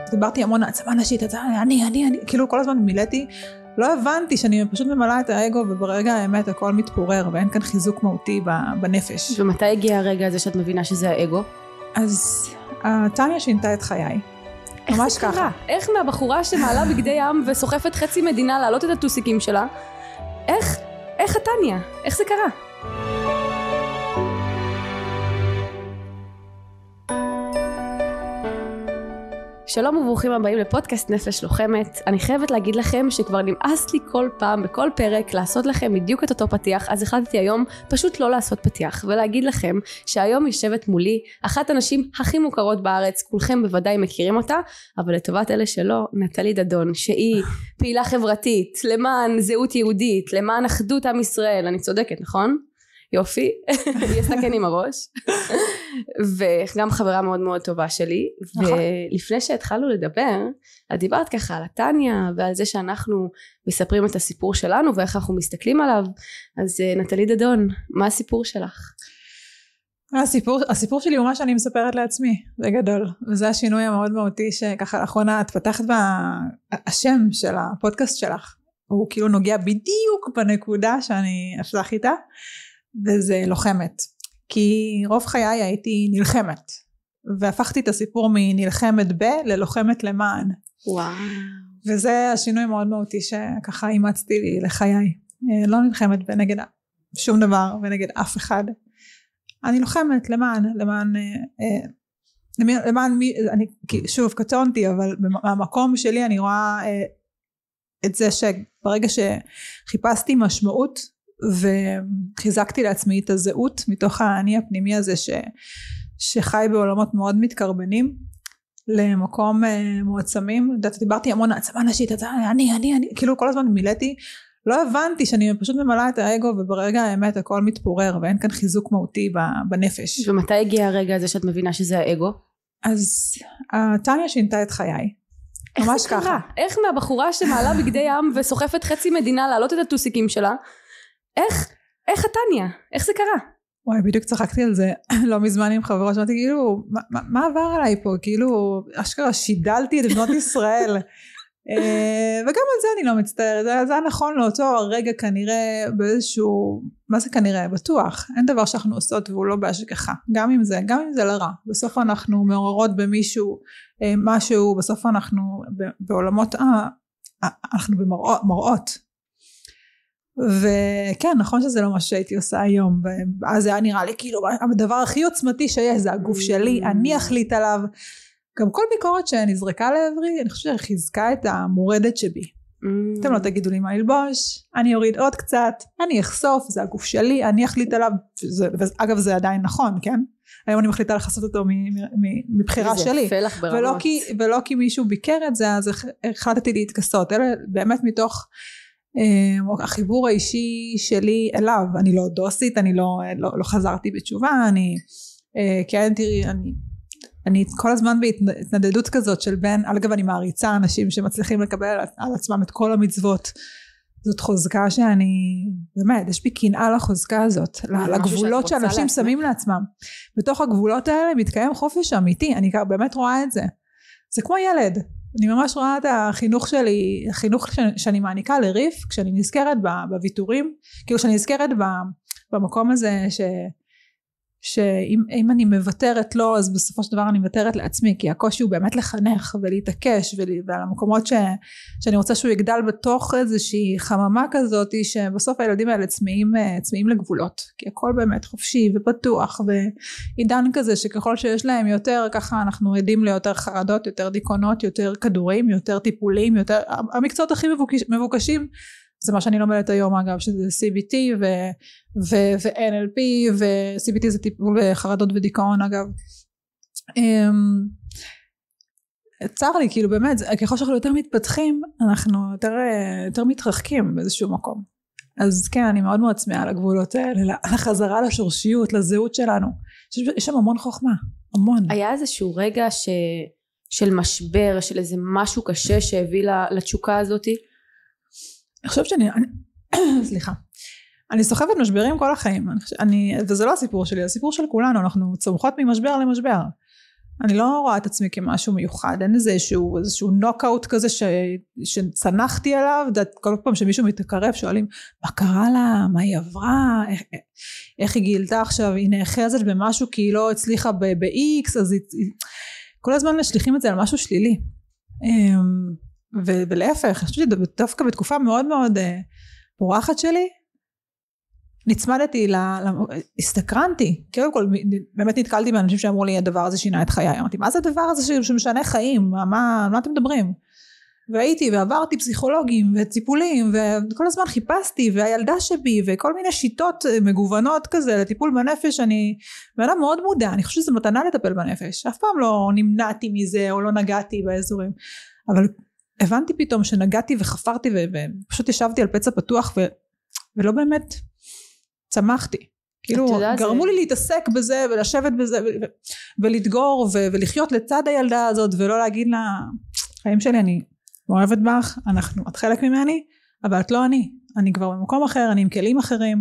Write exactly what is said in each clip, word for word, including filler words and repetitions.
דיברתי המון העצמה נשית, אני, אני, אני, כאילו כל הזמן מילאתי, לא הבנתי שאני פשוט ממלאה את האגו, וברגע האמת הכל מתפורר, ואין כאן חיזוק מהותי בנפש. ומתי הגיע הרגע הזה שאת מבינה שזה האגו? אז טניה שינתה את חיי. ממש ככה. איך מהבחורה שמעלה בגדי ים וסוחפת חצי מדינה להעלות את הטוסיקים שלה, איך, איך הטניה? איך זה קרה? שלום וברוכים הבאים לפודקאסט נפש לוחמת. אני חייבת להגיד לכם שכבר נמאס לי כל פעם בכל פרק לעשות לכם בדיוק את אותו פתיח, אז החלטתי היום פשוט לא לעשות פתיח ולהגיד לכם שהיום יושבת מולי אחת הנשים הכי מוכרות בארץ, כולכם בוודאי מכירים אותה, אבל לטובת אלה שלא, נטלי דדון, שהיא פעילה חברתית למען זהות יהודית, למען אחדות עם ישראל. אני צודקת, נכון? יופי, היא עשתה כן עם הראש, וגם חברה מאוד מאוד טובה שלי. ולפני שהתחלנו לדבר, את דיברת ככה על הטניה ועל זה שאנחנו מספרים את הסיפור שלנו ואיך אנחנו מסתכלים עליו. אז נטלי דדון, מה הסיפור שלך? הסיפור, הסיפור שלי הוא מה שאני מספרת לעצמי בגדול, וזה השינוי המאוד מהותי שככה לאחרונה את פתחת בשם של הפודקאסט שלך, הוא כאילו נוגע בדיוק בנקודה שאני אפתח איתה, וזה לוחמת. כי רוב חיי הייתי נלחמת, והפכתי את הסיפור מנלחמת ב ללוחמת למען. וואו. וזה השינוי מאוד מהותי שככה אימצתי לי לחיי. לא נלחמת בנגד שום דבר ונגד אף אחד. אני לוחמת למען, למען, למען, למען מי, אני שוב קטונתי, אבל במקום שלי אני רואה את זה שברגע שחיפשתי משמעות, וחיזקתי לעצמי את הזהות מתוך האני הפנימי הזה ש, שחי בעולמות מאוד מתקרבנים למקום מועצמים. דיברתי המון העצמה נשית, אני, אני, אני, כאילו כל הזמן מילאתי, לא הבנתי שאני פשוט ממלאה את האגו, וברגע האמת הכל מתפורר ואין כאן חיזוק מהותי בנפש. ומתי הגיע הרגע הזה שאת מבינה שזה האגו? אז טניה שינתה את חיי. ממש ככה. איך מהבחורה שמעלה בגדי ים וסוחפת חצי מדינה להעלות את הטוסיקים שלה, איך, איך הטניה? איך זה קרה? וואי, בדיוק צחקתי על זה לא מזמן עם חברות, שמעתי כאילו, מה, מה, מה עבר עליי פה? כאילו, אשכרה שידלתי את בנות ישראל. וגם על זה אני לא מצטערת, זה, זה היה נכון לאותו הרגע כנראה באיזשהו, מה זה כנראה? בטוח, אין דבר שאנחנו עושות והוא לא בהשגחה, גם אם זה, גם אם זה לרע, בסוף אנחנו מעוררות במישהו משהו, בסוף אנחנו בעולמות, אנחנו במראות, וכן, נכון שזה לא מה שהייתי עושה היום, ואז זה היה נראה לי כאילו הדבר הכי עוצמתי שיש, זה הגוף שלי, אני אחליט עליו. גם כל ביקורת שנזרקה לעברי, אני חושבת שחיזקה את המורדת שבי. אתם לא תגידו לי מה ללבוש, אני אוריד עוד קצת, אני אחשוף, זה הגוף שלי, אני אחליט עליו, אגב זה עדיין נכון, כן? היום אני מחליטה לחסות אותו מבחירה שלי, ולא כי מישהו ביקר את זה, אז החלטתי להתכסות, אלה באמת מתוך החיבור האישי שלי אליו. אני לא דוסית, אני לא, לא, לא חזרתי בתשובה, אני, כן, תראי, אני, אני כל הזמן בהתנדדות כזאת של בין, אגב אני מעריצה אנשים שמצליחים לקבל על, על עצמם את כל המצוות, זאת חוזקה שאני, באמת, יש בי קנאה לחוזקה הזאת, לגבולות שאנשים שמים לעצמם, בתוך הגבולות האלה מתקיים חופש אמיתי, אני באמת רואה את זה, זה כמו ילד, אני ממש רואה את החינוך שלי, החינוך שאני מעניקה לריף, כשאני נזכרת בוויתורים, כאילו שאני נזכרת במקום הזה, ש, שאם אני מבטרת לו, אז בסופו של דבר אני מבטרת לעצמי, כי הקושי הוא באמת לחנך ולהתעקש, ועל המקומות ש, שאני רוצה שהוא יגדל בתוך איזושהי חממה כזאת, שבסוף הילדים האלה צמאים, צמאים לגבולות, כי הכל באמת חופשי ופתוח, ועידן כזה שככל שיש להם יותר, ככה אנחנו עדים ליותר חרדות, יותר דיכאונות, יותר כדורים, יותר טיפולים, יותר, המקצועות הכי מבוקש, מבוקשים, זה מה שאני לומדת היום אגב, שזה סי בי טי ו-אן אל פי, ו-סי בי טי זה טיפול בחרדות ודיכאון אגב. צר לי, כאילו באמת, ככל שאנחנו יותר מתפתחים, אנחנו יותר, יותר מתרחקים באיזשהו מקום. אז כן, אני מאוד מאוד צמאה על הגבולות האלה, לחזרה לשורשיות, לזהות שלנו. יש שם המון חוכמה, המון. היה איזשהו רגע ש... של משבר, של איזה משהו קשה שהביא לתשוקה הזאת? אני חושבת שאני, אני, סליחה, אני סוחבת משברים כל החיים, אני, וזה לא הסיפור שלי, זה הסיפור של כולנו, אנחנו צומחות ממשבר למשבר, אני לא רואה את עצמי כמשהו מיוחד, אין איזה איזשהו, איזשהו נוקאוט כזה ש, שצנחתי עליו, כל פעם שמישהו מתקרב שואלים, מה קרה לה, מה היא עברה, איך, איך היא גילתה עכשיו, היא נאחזת במשהו כי היא לא הצליחה ב-X, אז היא, כל הזמן משליכים את זה על משהו שלילי, ו, ולהפך, אני חושבת שדווקא בתקופה מאוד מאוד פורחת שלי, נצמדתי, הסתקרנתי, כאילו כל, באמת נתקלתי באנשים שאמרו לי, הדבר הזה שינה את חיי, אמרתי, מה זה הדבר הזה שמשנה חיים, מה, מה, מה אתם מדברים? והייתי ועברתי פסיכולוגים וטיפולים, וכל הזמן חיפשתי, והילדה שבי, וכל מיני שיטות מגוונות כזה, לטיפול בנפש, אני בעצם מאוד מודע, אני חושבת שזה מתנה לטפל בנפש, אף פעם לא נמנעתי מזה, או לא נגעתי באזורים, אבל הבנתי פתאום שנגעתי וחפרתי, ופשוט ישבתי על פצע פתוח, ו, ולא באמת, צמחתי, כאילו גרמו לי להתעסק בזה ולשבת בזה ולדגור ולחיות לצד הילדה הזאת ולא להגיד לה, חיים שלי אני אוהבת בך, אנחנו, את חלק ממני, אבל את לא אני, אני כבר במקום אחר, אני עם כלים אחרים,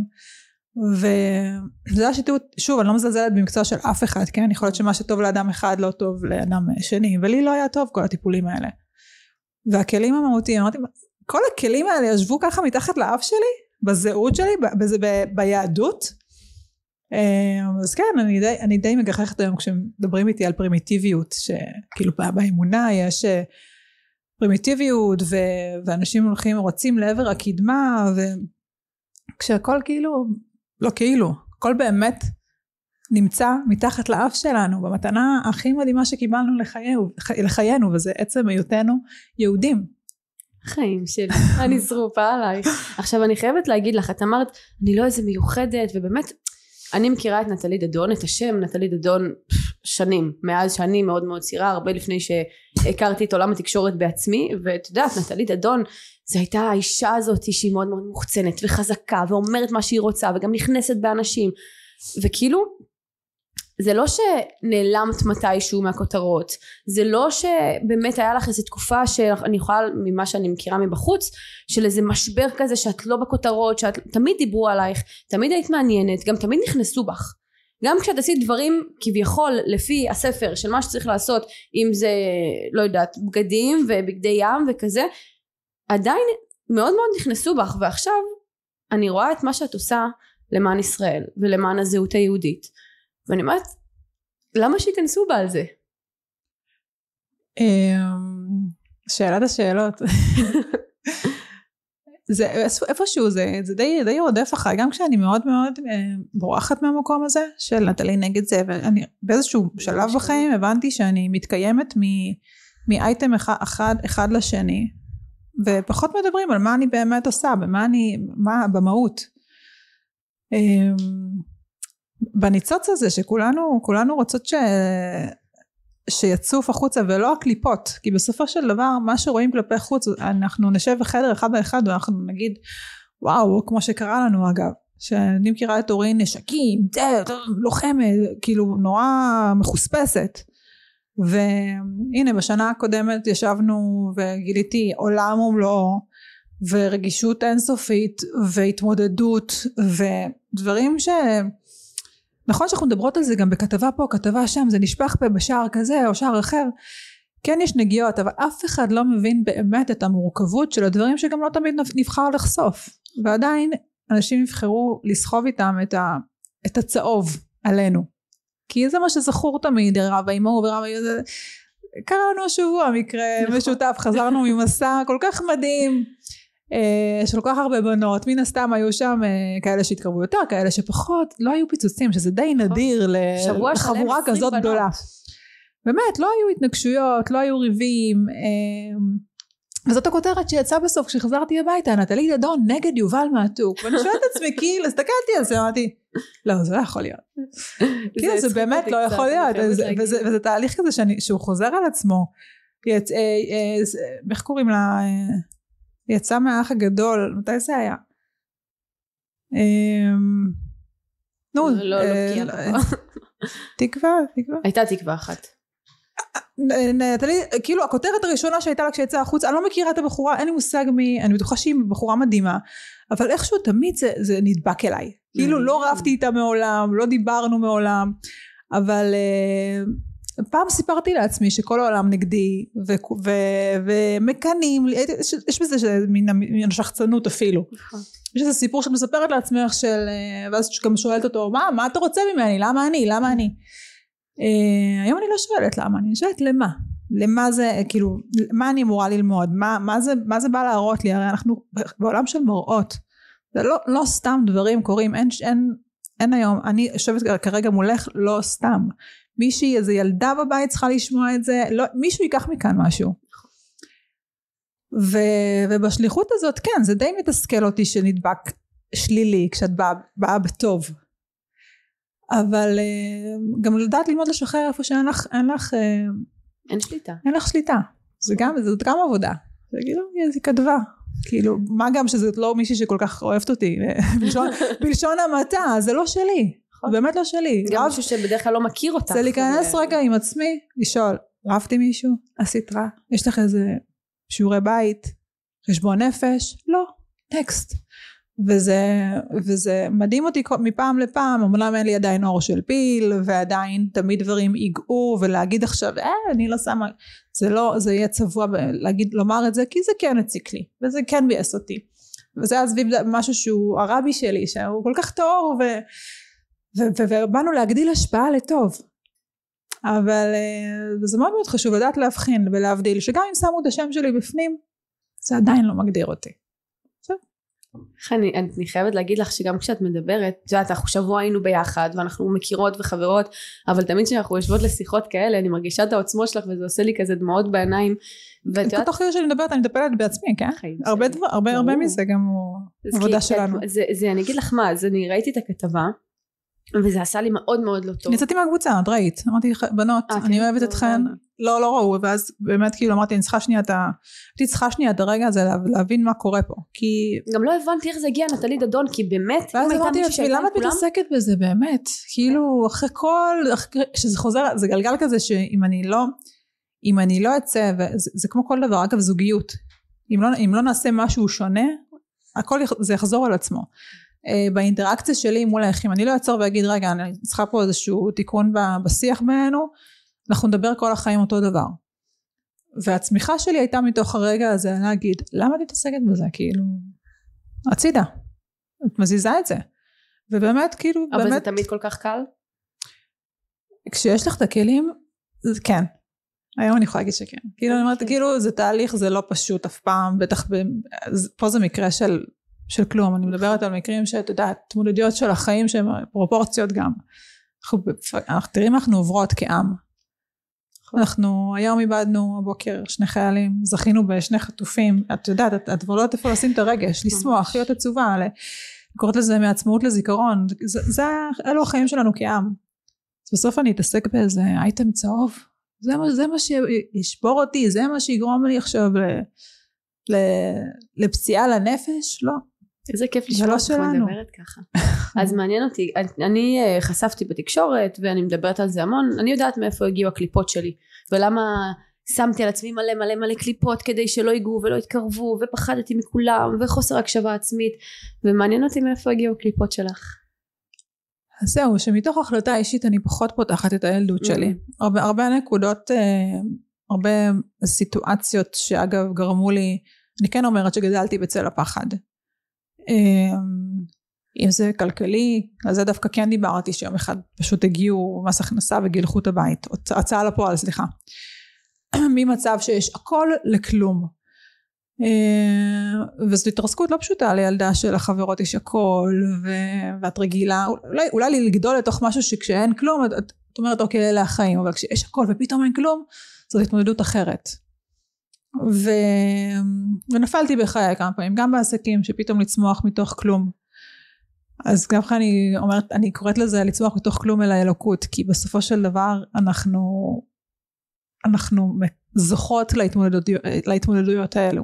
וזה השיטות, שוב אני לא מזלזלת במקצוע של אף אחד, כן, יכול להיות שמה שטוב לאדם אחד לא טוב לאדם שני, ולי לא היה טוב כל הטיפולים האלה, והכלים המהותיים, אמרתי, כל הכלים האלה ישבו ככה מתחת לאף שלי, בזהות שלי, בזה, ב, ביהדות, אז כן, אני די, אני די מגחכת היום כשמדברים איתי על פרימיטיביות, שכאילו באמונה יש פרימיטיביות, ו, ואנשים הולכים, רוצים לעבר הקדמה, וכשהכל כאילו, לא כאילו, הכל באמת נמצא מתחת לאף שלנו, במתנה הכי מדהימה שקיבלנו לחיינו, לחיינו וזה עצם היותנו יהודים. חיים שלי, אני שרופה עלייך. עכשיו אני חייבת להגיד לך, את אמרת, אני לא איזה מיוחדת, ובאמת, אני מכירה את נטלי דדון, את השם נטלי דדון שנים, מאז שאני מאוד מאוד צעירה, הרבה לפני שהכרתי את עולם התקשורת בעצמי, ואת יודעת, נטלי דדון, זו הייתה האישה הזאת שהיא מאוד מאוד מוחצנת וחזקה, ואומרת מה שהיא רוצה, וגם נכנסת באנשים, וכאילו, זה לא שנעלמת מתישהו מהכותרות, זה לא שבאמת היה לך איזו תקופה שאני יכולה ממה שאני מכירה מבחוץ, של איזה משבר כזה שאת לא בכותרות, שאת תמיד דיברו עלייך, תמיד היית מעניינת, גם תמיד נכנסו בך, גם כשאת עשית דברים כביכול לפי הספר של מה שצריך לעשות, אם זה לא יודעת בגדים ובגדי ים וכזה, עדיין מאוד מאוד נכנסו בך, ועכשיו אני רואה את מה שאת עושה למען ישראל ולמען הזהות היהודית, ואני אומרת, למה שיכנסו בה על זה? שאלת השאלות. זה איפשהו, זה, זה די, די רודף אחרי, גם כשאני מאוד מאוד בורחת מהמקום הזה, של נטלי נגד זה, ואני באיזשהו שלב בחיים הבנתי שאני מתקיימת מאייטם אחד, אחד לשני, ופחות מדברים על מה אני באמת עושה, במה אני, מה, במהות. בניצוץ הזה שכולנו כולנו רוצות ש... שיצוף החוצה ולא הקליפות, כי בסופו של דבר מה שרואים כלפי חוץ, אנחנו נשב בחדר אחד באחד ואנחנו נגיד וואו, כמו שקרה לנו אגב, שאני מכירה את אורין נשקים, לוחמת, כאילו נורא מחוספסת, והנה בשנה הקודמת ישבנו וגיליתי עולם ומלואו ורגישות אינסופית והתמודדות ודברים ש... נכון שאנחנו מדברות על זה גם בכתבה פה, כתבה שם, זה נשפך פה בשער כזה או שער אחר, כן יש נגיעות, אבל אף אחד לא מבין באמת את המורכבות של הדברים שגם לא תמיד נבחר לחשוף, ועדיין אנשים יבחרו לסחוב איתם את, ה, את הצהוב עלינו, כי זה מה שזכור תמיד, רב האימו ורב האימו, קרה לנו השבוע מקרה משותף, חזרנו ממסע כל כך מדהים, של כל כך הרבה בנות, מן הסתם היו שם כאלה שהתקרבו יותר, כאלה שפחות, לא היו פיצוצים, שזה די נדיר לחבורה כזאת גדולה. באמת, לא היו התנגשויות, לא היו ריבים, וזאת הכותרת שיצאה בסוף כשחזרתי הביתה, נטלי דדון נגד יובל מעתוק, ואני שואלת את עצמי, כאילו, הסתכלתי על זה, אמרתי, לא, זה לא יכול להיות. כאילו, זה באמת לא יכול להיות, וזה תהליך כזה שהוא חוזר על עצמו. איך קוראים לה... יצא מהאח הגדול, מתי זה היה? נו, לא, לא בקיאה. תקווה, תקווה. הייתה תקווה אחת. נטלי, כאילו הכותרת הראשונה שהייתה לה כשיצאה החוץ, אני לא מכירה את הבחורה, אין לי מושג מי, אני בטוחה שהיא בחורה מדהימה, אבל איכשהו תמיד זה, זה נדבק אליי. כאילו לא רבתי איתה מעולם, לא דיברנו מעולם, אבל פעם סיפרתי לעצמי שכל העולם נגדי ומקנים, יש בזה מין שחצנות אפילו, יש איזה סיפור שאת מספרת לעצמך של, ואז גם שואלת אותו, מה, מה אתה רוצה ממני, למה אני, למה אני? היום אני לא שואלת למה, אני שואלת למה, למה זה, כאילו, מה אני אמורה ללמוד, מה, מה זה, מה זה בא להראות לי, הרי אנחנו בעולם של מראות, זה לא, לא סתם דברים קורים, אין, אין, אין היום, אני יושבת כרגע מולך, לא סתם, מישהי, איזו ילדה בבית צריכה לשמוע את זה, לא, מישהו ייקח מכאן משהו. ו, ובשליחות הזאת, כן, זה די מתסכל אותי שנדבק שלילי, כשאת באה, באה בטוב. אבל גם לדעת ללמוד לשחרר איפה שאין לך, אין לך, אין שליטה. אין לך שליטה. זה גם, זאת גם עבודה. זה כאילו, זה כתבה. כאילו, מה גם שזאת לא מישהי שכל כך אוהבת אותי, בלשון, בלשון המעטה, זה לא שלי. באמת לא שלי. גם משהו שבדרך כלל לא מכיר אותך. זה להיכנס רגע עם עצמי, לשאול, רבתי מישהו? עשית רע? יש לך איזה שיעורי בית? חשבון נפש? לא. טקסט. וזה, וזה מדהים אותי מפעם לפעם, אמנם אין לי עדיין אור של פיל, ועדיין תמיד דברים ייגעו, ולהגיד עכשיו, אה, אני לא שמה, זה לא, זה יהיה צבוע להגיד, לומר את זה, כי זה כן הציק לי, וזה כן ביאס אותי. וזה אז סביב משהו שהוא הרבי שלי, שהוא כל כך טהור, ו... ובאנו להגדיל השפעה לטוב, אבל זה מאוד מאוד חשוב לדעת להבחין ולהבדיל, שגם אם שמו את השם שלי בפנים, זה עדיין לא מגדיר אותי. אני, אני חייבת להגיד לך שגם כשאת מדברת, יודעת, אנחנו שבוע היינו ביחד ואנחנו מכירות וחברות, אבל תמיד כשאנחנו יושבות לשיחות כאלה, אני מרגישה את העוצמות שלך וזה עושה לי כזה דמעות בעיניים. תוך כדי שאני מדברת, אני מדברת בעצמי, כן? הרבה דבר, הרבה הרבה מזה גם עבודה שלנו. זה, אני אגיד לך מה, אז אני ראיתי את הכתבה, וזה עשה לי מאוד מאוד לא טוב. ניצאתי מהקבוצה, את ראית, אמרתי בנות, אני אוהבת אתכן, לא לא ראו, ואז באמת כאילו אמרתי אני צריכה שנייה את ה... הייתי צריכה שנייה את הרגע הזה להבין מה קורה פה, כי... גם לא הבנתי איך זה הגיע נטלי דדון, כי באמת... ואז אמרתי לעצמי, למה את מתעסקת בזה באמת? כאילו אחרי כל... שזה חוזר, זה גלגל כזה שאם אני לא... אם אני לא אצא, זה כמו כל דבר, אגב זוגיות, אם לא נעשה משהו שונה, הכל זה יחזור על עצמו. באינטראקציה שלי מול האחים, אני לא אעצור ואגיד רגע אני צריכה פה איזשהו תיקון בשיח בינינו, אנחנו נדבר כל החיים אותו דבר, והצמיחה שלי הייתה מתוך הרגע הזה להגיד למה תתעסקת בזה, כאילו הצידה, את מזיזה את זה, ובאמת כאילו אבל באמת, זה תמיד כל כך קל? כשיש לך את הכלים זה כן, היום אני יכולה להגיד שכן, כאילו אני אומרת כאילו זה תהליך, זה לא פשוט אף פעם, בטח פה זה מקרה של של כלום, אני מדברת על מקרים שאת יודעת, תמודדיות של החיים שהן פרופורציות גם, אנחנו, אנחנו תראים אנחנו עוברות כעם, אנחנו היום איבדנו הבוקר שני חיילים, זכינו בשני חטופים, את יודעת, את כבר לא יודעת איפה לשים את הרגש, לשמוח, להיות עצובה, קוראת לזה מעצמאות לזיכרון, זה, זה, אלו החיים שלנו כעם, בסוף אני אתעסק באיזה אייטם צהוב, זה מה, זה מה שישבור אותי, זה מה שיגרום לי עכשיו ל, ל, לפציעה לנפש, לא. איזה כיף לשמוע אותך מדברת ככה. אז מעניין אותי, אני חשפתי בתקשורת ואני מדברת על זה המון, אני יודעת מאיפה הגיעו הקליפות שלי, ולמה שמתי על עצמי מלא מלא מלא קליפות כדי שלא ייגעו ולא יתקרבו, ופחדתי מכולם, וחוסר הקשבה עצמית, ומעניין אותי מאיפה הגיעו הקליפות שלך. אז זהו, שמתוך החלטה אישית אני פחות פותחת את הילדות שלי. הרבה, הרבה נקודות, הרבה סיטואציות שאגב גרמו לי, אני כן אומרת שגדלתי בצל הפחד. אם זה כלכלי, אז זה דווקא כן דיברתי שיום אחד פשוט הגיעו מס הכנסה וגילחו את הבית, הצעה לפועל, סליחה. ממצב שיש הכל לכלום. וזו התרסקות לא פשוטה לילדה של החברות יש הכל, ואת רגילה, אולי, אולי לגדול לתוך משהו שכשאין כלום, את, את אומרת אוקיי, אלה החיים, אבל כשיש הכל ופתאום אין כלום, זאת התמודדות אחרת. ו... ונפלתי בחיי כמה פעמים, גם בעסקים שפתאום לצמוח מתוך כלום. אז גם אני אומרת, אני קוראת לזה לצמוח מתוך כלום אל האלוקות, כי בסופו של דבר אנחנו, אנחנו זוכות להתמודדויות, להתמודדויות האלו.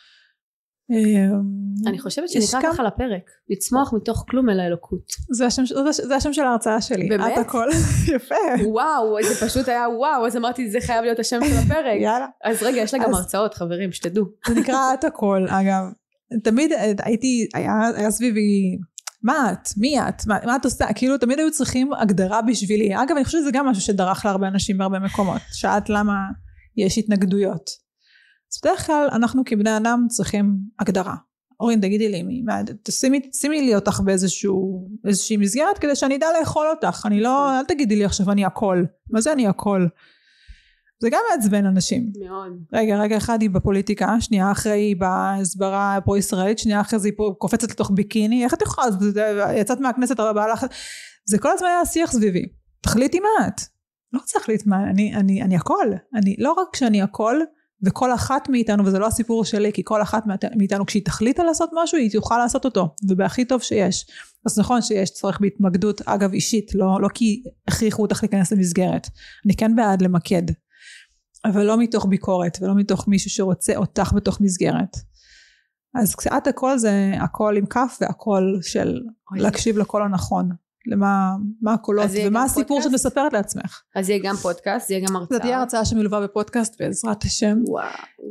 אני חושבת שנקרא ככה לפרק, לצמוח מתוך כלום אל האלוקות. זה השם, זה השם של ההרצאה שלי. באמת? את הכל. יפה. וואו, זה פשוט היה וואו, אז אמרתי זה חייב להיות השם של הפרק. יאללה. אז רגע, יש לה גם הרצאות, חברים, שתדעו. זה נקרא את הכל, אגב. תמיד הייתי, היה, היה סביבי מה את? מי את? מה, מה את עושה? כאילו תמיד היו צריכים הגדרה בשבילי. אגב, אני חושבת שזה גם משהו שדרך להרבה אנשים בהרבה מקומות. שאלת למה יש התנגדויות. אז בדרך כלל אנחנו כבני אדם צריכים הגדרה. אורין, תגידי לי, מי, מה, תשימי, תשימי לי אותך באיזשהו, איזושהי מסגרת כדי שאני אדע לאכול אותך. אני לא, אל תגידי לי עכשיו אני הכל. מה זה אני הכל? זה גם מעצבן אנשים. מאוד. רגע, רגע אחד היא בפוליטיקה, שנייה אחרי היא בהסברה פרו-ישראלית, שנייה אחרי זה היא קופצת לתוך ביקיני, איך את יכולה? יצאת מהכנסת הרבה הלכת. זה כל הזמן היה שיח סביבי. תחליטי מה את. לא רוצה להחליט מה, אני, אני, אני הכל. אני, לא רק שאני הכל, וכל אחת מאיתנו, וזה לא הסיפור שלי, כי כל אחת מאיתנו, כשהיא תחליטה לעשות משהו, היא תוכל לעשות אותו, ובהכי טוב שיש. אז נכון שיש צורך בהתמקדות, אגב אישית, לא, לא כי הכריחו אותך להיכנס למסגרת. אני כן בעד למקד. אבל לא מתוך ביקורת, ולא מתוך מישהו שרוצה אותך בתוך מסגרת. אז קצת הכל זה הכל עם כף, והכל של להקשיב לקול הנכון, למה מה הקולות, ומה הסיפור שאת מספרת לעצמך. אז יהיה גם פודקאסט, יהיה גם הרצאה. זאת תהיה הרצאה שמלווה בפודקאסט, בעזרת השם. וואו.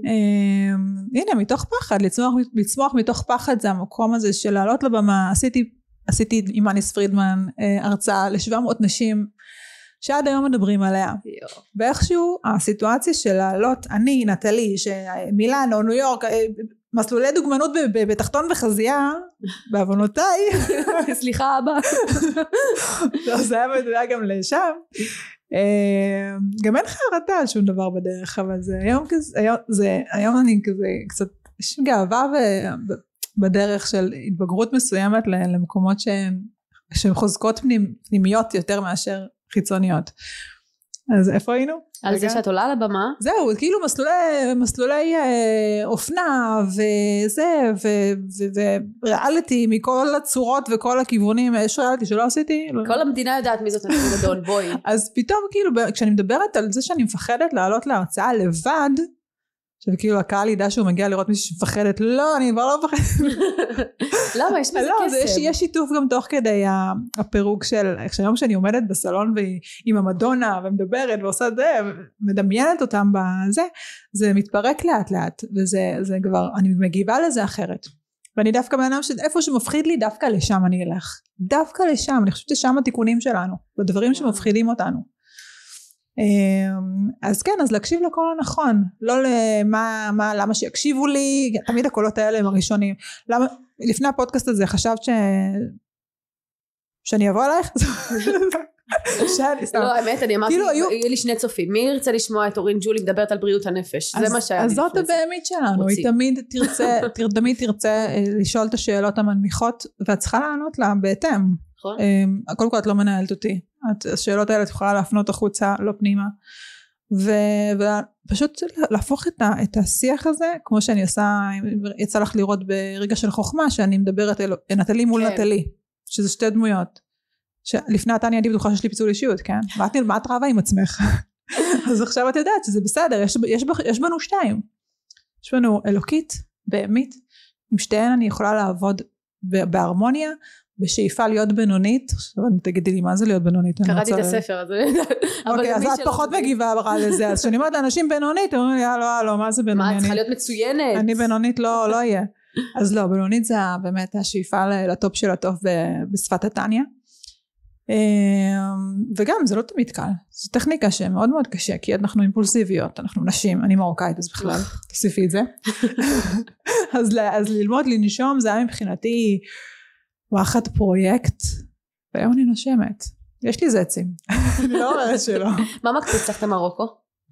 הנה, מתוך פחד, לצמוח, לצמוח מתוך פחד, זה המקום הזה של לעלות לבמה, עשיתי, עשיתי עם אניס פרידמן הרצאה לשבע מאות נשים, שעד היום מדברים עליה. ואיכשהו הסיטואציה של לעלות, אני, נטלי, שמילאנו, ניו יורק, מסלולי דוגמנות בתחתון וחזייה, בעוונותיי. סליחה אבא. לא, זה היה מדויק גם לשם. גם אין חרטה על שום דבר בדרך, אבל זה היום כזה, היום אני כזה קצת, יש גאווה בדרך של התבגרות מסוימת למקומות שהן חוזקות פנימיות יותר מאשר חיצוניות. אז איפה היינו? על זה שאת עולה לבמה? זהו, כאילו מסלולי, מסלולי אה, אופנה וזה, וריאליטי מכל הצורות וכל הכיוונים, יש ריאליטי שלא עשיתי. כל המדינה יודעת מי זאת אנשים גדול, בואי. אז פתאום כאילו, כשאני מדברת על זה שאני מפחדת לעלות להרצאה לבד, שכאילו הקהל ידע שהוא מגיע לראות מישהו שמפחדת, לא, אני כבר לא מפחדת. למה? יש מזה קסם. יש שיתוף גם תוך כדי הפירוק של, כשהיום שאני עומדת בסלון עם המדונה ומדברת ועושה זה, מדמיינת אותם בזה, זה מתפרק לאט לאט, וזה כבר, אני מגיבה לזה אחרת. ואני דווקא בעינם שאיפה שמפחיד לי, דווקא לשם אני אלך. דווקא לשם, אני חושבת ששם התיקונים שלנו, בדברים שמפחידים אותנו. אז כן, אז להקשיב לקול הנכון, לא למה, מה, למה שיקשיבו לי, תמיד הקולות האלה הם הראשונים. למה, לפני הפודקאסט הזה חשבת ש... שאני אבוא עלייך? לא, האמת, אני אמרתי, יהיו לי שני צופים, מי ירצה לשמוע את אורין ג'ולי מדברת על בריאות הנפש? זה מה שהיה. אז זאת הבאמית שלנו, היא תמיד תרצה, תמיד תרצה לשאול את השאלות המנמיכות, ואת צריכה לענות לה בהתאם. קודם כל את לא מנהלת אותי, השאלות האלה את יכולה להפנות החוצה, לא פנימה, ופשוט להפוך את השיח הזה, כמו שאני עושה, יצא לך לראות ברגע של חוכמה, שאני מדברת נטלי מול נטלי, שזה שתי דמויות, שלפני התני אני בטוחה שיש לי פיצול אישיות, כן? מה את רבה עם עצמך? אז עכשיו את יודעת שזה בסדר, יש בנו שתיים, יש בנו אלוקית, בהמית, עם שתיהן אני יכולה לעבוד בהרמוניה, בשאיפה להיות בינונית. תגידי לי מה זה להיות בינונית? קראתי את הספר. אוקיי, אז את פחות מגיבה לזה, אז כשאני אומרת לאנשים בינונית, הם אומרים לי, הלו, הלו, מה זה בינונית? מה, צריכה להיות מצוינת? אני בינונית לא יהיה. אז לא, בינונית זה באמת השאיפה לטופ של הטוב בשפת התניה. וגם זה לא תמיד קל, זו טכניקה שמאוד מאוד קשה, כי אנחנו אימפולסיביות, אנחנו נשים, אני מרוקאית אז בכלל, תוסיפי את זה. אז ללמוד לנשום זה היה מבחינתי ואחת פרויקט, והיום אני נושמת, יש לי זצים, אני לא אומרת שלא. מה מקפיץ לך את מרוקו?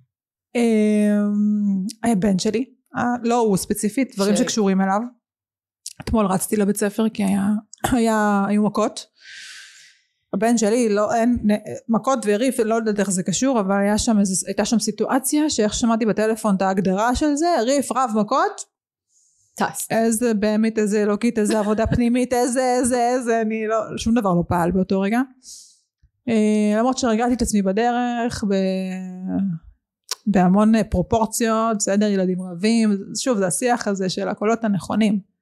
הבן שלי, לא הוא ספציפית, דברים שקשורים אליו. אתמול רצתי לבית ספר כי היו מכות, הבן שלי לא, אין, מכות וריף, לא יודעת איך זה קשור, אבל היה שם, הייתה שם סיטואציה, שאיך שמעתי בטלפון את ההגדרה של זה, ריף, רב, מכות, טס. איזה באמת, איזה אלוקית, איזה עבודה פנימית, איזה, איזה, איזה, אני לא, שום דבר לא פעל באותו רגע. למרות שהרגעתי את עצמי בדרך, ב... בהמון פרופורציות, סדר ילדים רבים, שוב, זה השיח הזה של הקולות הנכונים.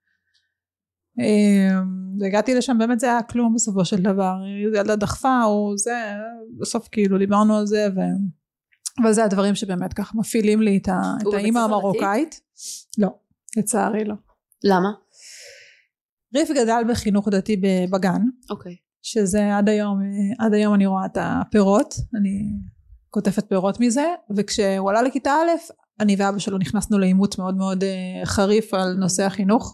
והגעתי לשם, באמת זה היה כלום בסופו של דבר, ילדה דחפה, או זה, בסוף כאילו דיברנו על זה, ו... אבל זה הדברים שבאמת ככה מפעילים לי את, ה... את האמא המרוקאית. לא, לצערי לא. למה? ריף גדל בחינוך דתי בגן, אוקיי. שזה עד היום, עד היום אני רואה את הפירות, אני כותבת פירות מזה, וכשהוא עלה לכיתה א', אני ואבא שלו נכנסנו לעימות מאוד מאוד חריף על נושא החינוך.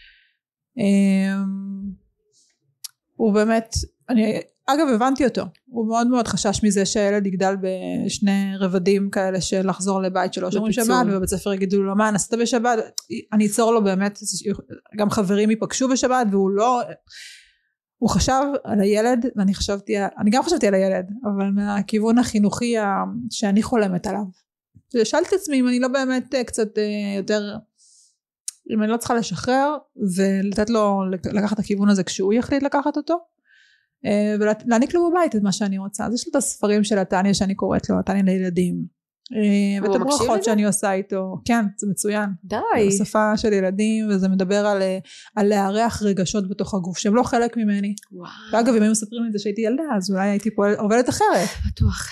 הוא באמת, אני אגב הבנתי אותו, הוא מאוד מאוד חשש מזה שהילד יגדל בשני רבדים כאלה של לחזור לבית שלו שאומרים שבת, ובבית ספר יגידו לו מה נסעת בשבת, אני אצור לו באמת, גם חברים ייפגשו בשבת, והוא לא, הוא חשב על הילד, ואני חשבתי, אני גם חשבתי על הילד, אבל מהכיוון החינוכי שאני חולמת עליו. שאלתי את עצמי אם אני לא באמת קצת יותר, אם אני לא צריכה לשחרר, ולתת לו לקחת את הכיוון הזה כשהוא יחליט לקחת אותו, ולהעניק לו בבית את מה שאני רוצה. אז יש לו את הספרים של התניה שאני קוראת לו, התניה לילדים. ואת הברכות שאני עושה איתו. כן, זה מצוין. די. זה שפה של ילדים, וזה מדבר על, על להערך רגשות בתוך הגוף, שהם לא חלק ממני. וואו. ואגב, אם היו מספרים את זה שהייתי ילדה, אז אולי הייתי פה עובדת אחרת. בטוח.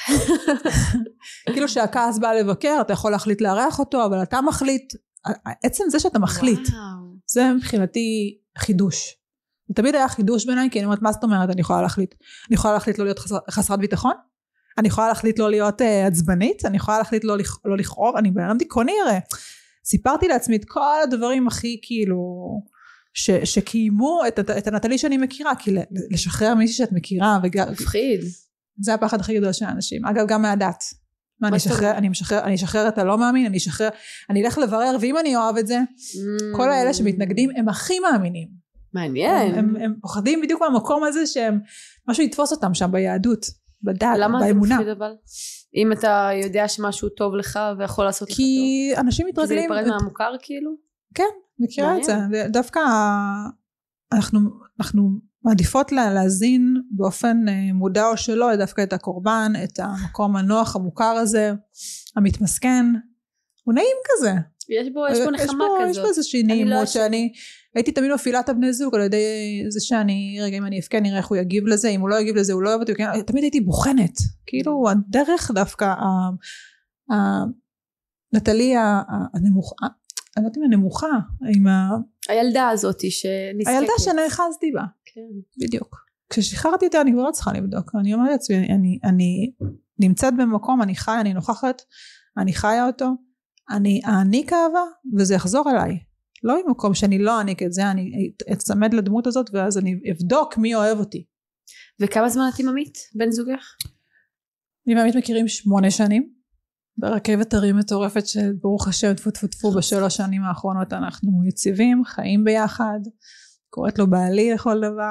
כאילו שהכעס בא לבקר, אתה יכול להחליט להערך אותו, אבל אתה מחליט, עצם זה שאתה מחליט, וואו. זה מבחינתי חידוש. תמיד היה חידוש בעיניי, כי אני אומרת, מה זאת אומרת אני יכולה להחליט? אני יכולה להחליט לא להיות חסר, חסרת ביטחון? אני יכולה להחליט לא להיות uh, עצבנית? אני יכולה להחליט לא, לכ, לא לכאוב? אני בעולם דיכאוני הרי. סיפרתי לעצמי את כל הדברים הכי כאילו, ש, שקיימו את, את, את הנטלי שאני מכירה, כי לשחרר מישהי שאת מכירה, וג... מפחיד. זה הפחד הכי גדול של האנשים. אגב, גם מהדת. מה, אני אשחרר, אני משחרר, אני אשחרר את הלא מאמין, אני אשחרר, אני אלך לברר, ואם אני אוהב את זה, mm. כל האלה שמתנגדים, הם הכי מאמינים. מעניין. הם, הם, הם פוחדים בדיוק מהמקום הזה שהם, משהו יתפוס אותם שם ביהדות, בדת, באמונה. למה זה מפחיד אבל? אם אתה יודע שמשהו טוב לך ויכול לעשות לך טוב. כי אנשים מתרגלים. כי זה להיפרד מהמוכר כאילו? כן, מכירה את זה. דווקא אנחנו, אנחנו מעדיפות לה, להזין באופן מודע או שלא, דווקא את הקורבן, את המקום הנוח, המוכר הזה, המתמסכן. הוא נעים כזה. יש בו, יש בו נחמה כזאת. יש בו איזושהי נעימות שאני, הייתי תמיד מפעילה את הבני זוג על ידי זה שאני, רגע אם אני אפקה נראה איך הוא יגיב לזה, אם הוא לא יגיב לזה הוא לא אוהב אותי, תמיד הייתי בוחנת, כאילו הדרך דווקא, נטלי הנמוכה, אני לא יודעת אם הנמוכה, הילדה הזאת שנזקקת. הילדה שנאחזתי בה, בדיוק. כששחררתי אותה אני כבר לא צריכה לבדוק, אני אומרת לעצמי, אני נמצאת במקום, אני חיה, אני נוכחת, אני חיה אותו, אני אעניק אהבה וזה יחזור אליי. לא ממקום שאני לא אעניק את זה, אני אצמד לדמות הזאת ואז אני אבדוק מי אוהב אותי. וכמה זמן את עם עמית, בן זוגך? אני ועמית מכירים שמונה שנים, ברכבת הרים מטורפת שברוך השם טפו טפו טפו בשלוש שנים האחרונות אנחנו יציבים, חיים ביחד, קוראת לו בעלי לכל דבר.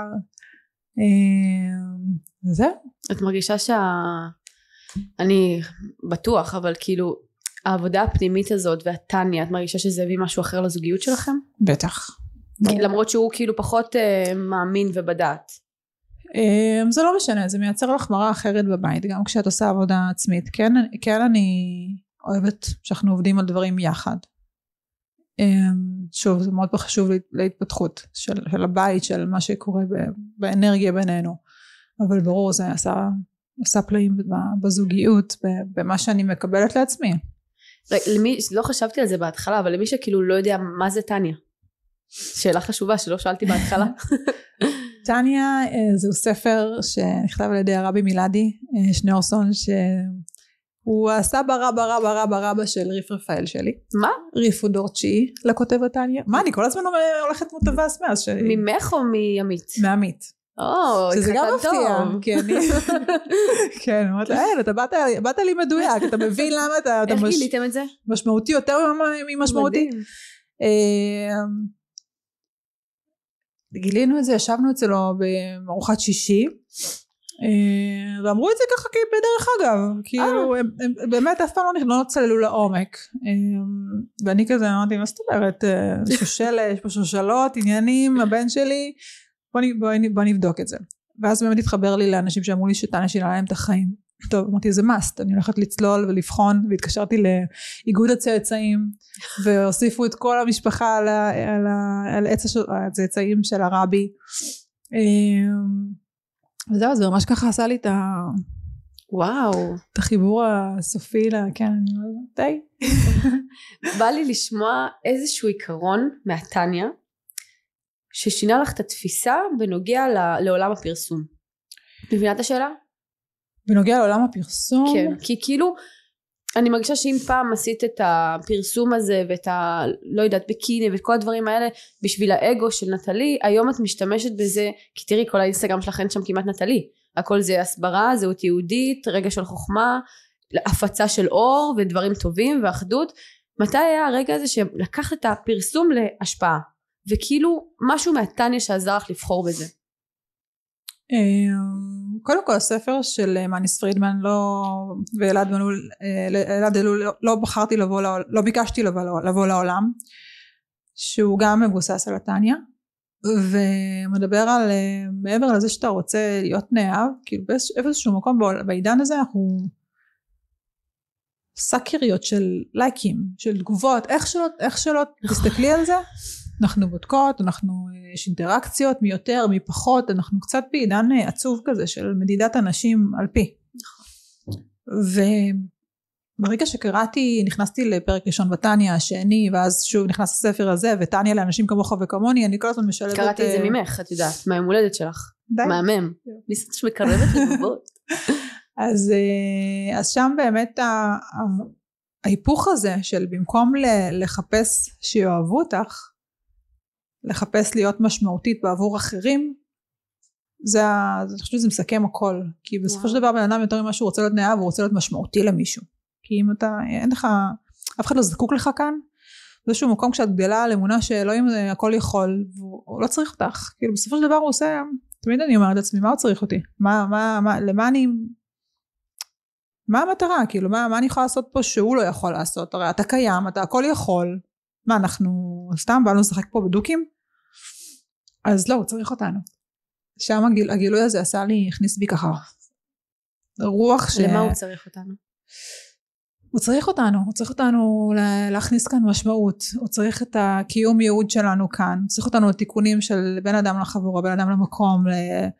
וזהו. את מרגישה שה... אני בטוח, אבל כאילו... העבודה הפנימית הזאת והתניה, את מרגישה שזה הביא משהו אחר לזוגיות שלכם? בטח. למרות שהוא כאילו פחות uh, מאמין ובדעת. Um, זה לא משנה, זה מייצר לך מראה אחרת בבית, גם כשאת עושה עבודה עצמית. כן, כן אני אוהבת שאנחנו עובדים על דברים יחד. Um, שוב, זה מאוד חשוב להתפתחות של, של הבית, של מה שקורה באנרגיה בינינו. אבל ברור, זה עשה, עשה פלאים בזוגיות, במה שאני מקבלת לעצמי. למי, לא חשבתי על זה בהתחלה, אבל למי שכאילו לא יודע מה זה תניה. שאלה חשובה שלא שאלתי בהתחלה. תניה זהו ספר שנכתב על ידי הרבי מילדי, שניאורסון, שהוא הסבא רבא רבא רבא רבא של ריף רפאל שלי. מה? ריף הוא דור תשיעי לכותב התניה. מה, אני כל הזמן הולכת מוטבס מאז. ממך או מעמית? מעמית. או, שזה גם מפתיע, כי אני, כן, אמרת לה, אין, אתה באת לי מדויק, אתה מבין למה אתה, איך גיליתם את זה? משמעותי יותר ממשמעותי. גילינו את זה, ישבנו אצלו בארוחת שישי, ואמרו את זה ככה בדרך אגב, כאילו, הם באמת אף פעם לא צללו לעומק, ואני כזה אמרתי, מה זאת אומרת, שושלה, יש פה שושלות, עניינים, הבן שלי, בוא, בוא, בוא נבדוק את זה. ואז באמת התחבר לי לאנשים שאמרו לי שתניה שינה להם את החיים. טוב, אמרתי, זה מאסט, אני הולכת לצלול ולבחון, והתקשרתי לאיגוד הצאצאים, והוסיפו את כל המשפחה על, על, על עץ הצאצאים של הרבי. וזהו, זה ממש ככה עשה לי את ה... וואו. את החיבור הסופי, לה, כן, אני לא יודעת, די. בא לי לשמוע איזשהו עיקרון מהתניה, ששינה לך את התפיסה בנוגע לעולם הפרסום. מבינה את השאלה? בנוגע לעולם הפרסום? כן, כי כאילו אני מרגישה שאם פעם עשית את הפרסום הזה ואת ה... לא יודעת, ביקיני ואת כל הדברים האלה בשביל האגו של נטלי, היום את משתמשת בזה, כי תראי כל האינסטגרם שלך אין שם כמעט נטלי. הכל זה הסברה, זהות יהודית, רגע של חוכמה, הפצה של אור ודברים טובים ואחדות. מתי היה הרגע הזה שלקח את הפרסום להשפעה? וכאילו משהו מהטניה שעזר לך לבחור בזה? קודם כל הספר של מניס פרידמן לא, ואלעד אלול, אלעד אלול לא בחרתי לבוא, לא ביקשתי לבוא, לבוא לעולם, שהוא גם מבוסס על הטניה, ומדבר על מעבר לזה שאתה רוצה להיות נאהב, כאילו באיזשהו מקום בעידן הזה אנחנו סאקריות של לייקים, של תגובות, איך שלא, איך שלא תסתכלי על זה, אנחנו בודקות, אנחנו, יש אינטראקציות מי יותר, מי פחות, אנחנו קצת בעידן עצוב כזה של מדידת אנשים על פי. וברגע שקראתי, נכנסתי לפרק ראשון בטניה, השני, ואז שוב נכנס הספר הזה, וטניה לאנשים כמוך וכמוני, אני כל הזמן משלבת... קראתי את זה ממך, את יודעת, מהיום הולדת שלך. די. מהמם. ניסית שמקרבת לבבות. אז, אז שם באמת ההיפוך הזה של במקום לחפש שיאהבו אותך, לחפש להיות משמעותית בעבור אחרים, זה, אני חושבת שזה מסכם הכל, כי בסופו של דבר בן אדם יותר ממה שהוא רוצה להיות נאהב, הוא רוצה להיות משמעותי למישהו, כי אם אתה, אין לך, אף אחד לא זקוק לך כאן, באיזשהו מקום כשאת גדלה על אמונה שאלוהים הכל יכול, והוא לא צריך אותך, כאילו בסופו של דבר הוא עושה, תמיד אני אומרת לעצמי, מה הוא צריך אותי? מה, מה, מה, למה אני, מה המטרה? כאילו, מה, מה אני יכולה לעשות פה שהוא לא יכול לעשות? הרי אתה קיים, אתה הכל יכול, מה אנחנו, סתם באנו לשחק פה בדוקים? אז לא, הוא צריך אותנו. שם הגיל, הגילוי הזה עשה לי, הכניס בי ככה, רוח ש... למה הוא צריך אותנו? הוא צריך אותנו, הוא צריך אותנו להכניס כאן משמעות, הוא צריך את הקיום ייעוד שלנו כאן, הוא צריך אותנו לתיקונים של בן אדם לחברו, בן אדם למקום, ל...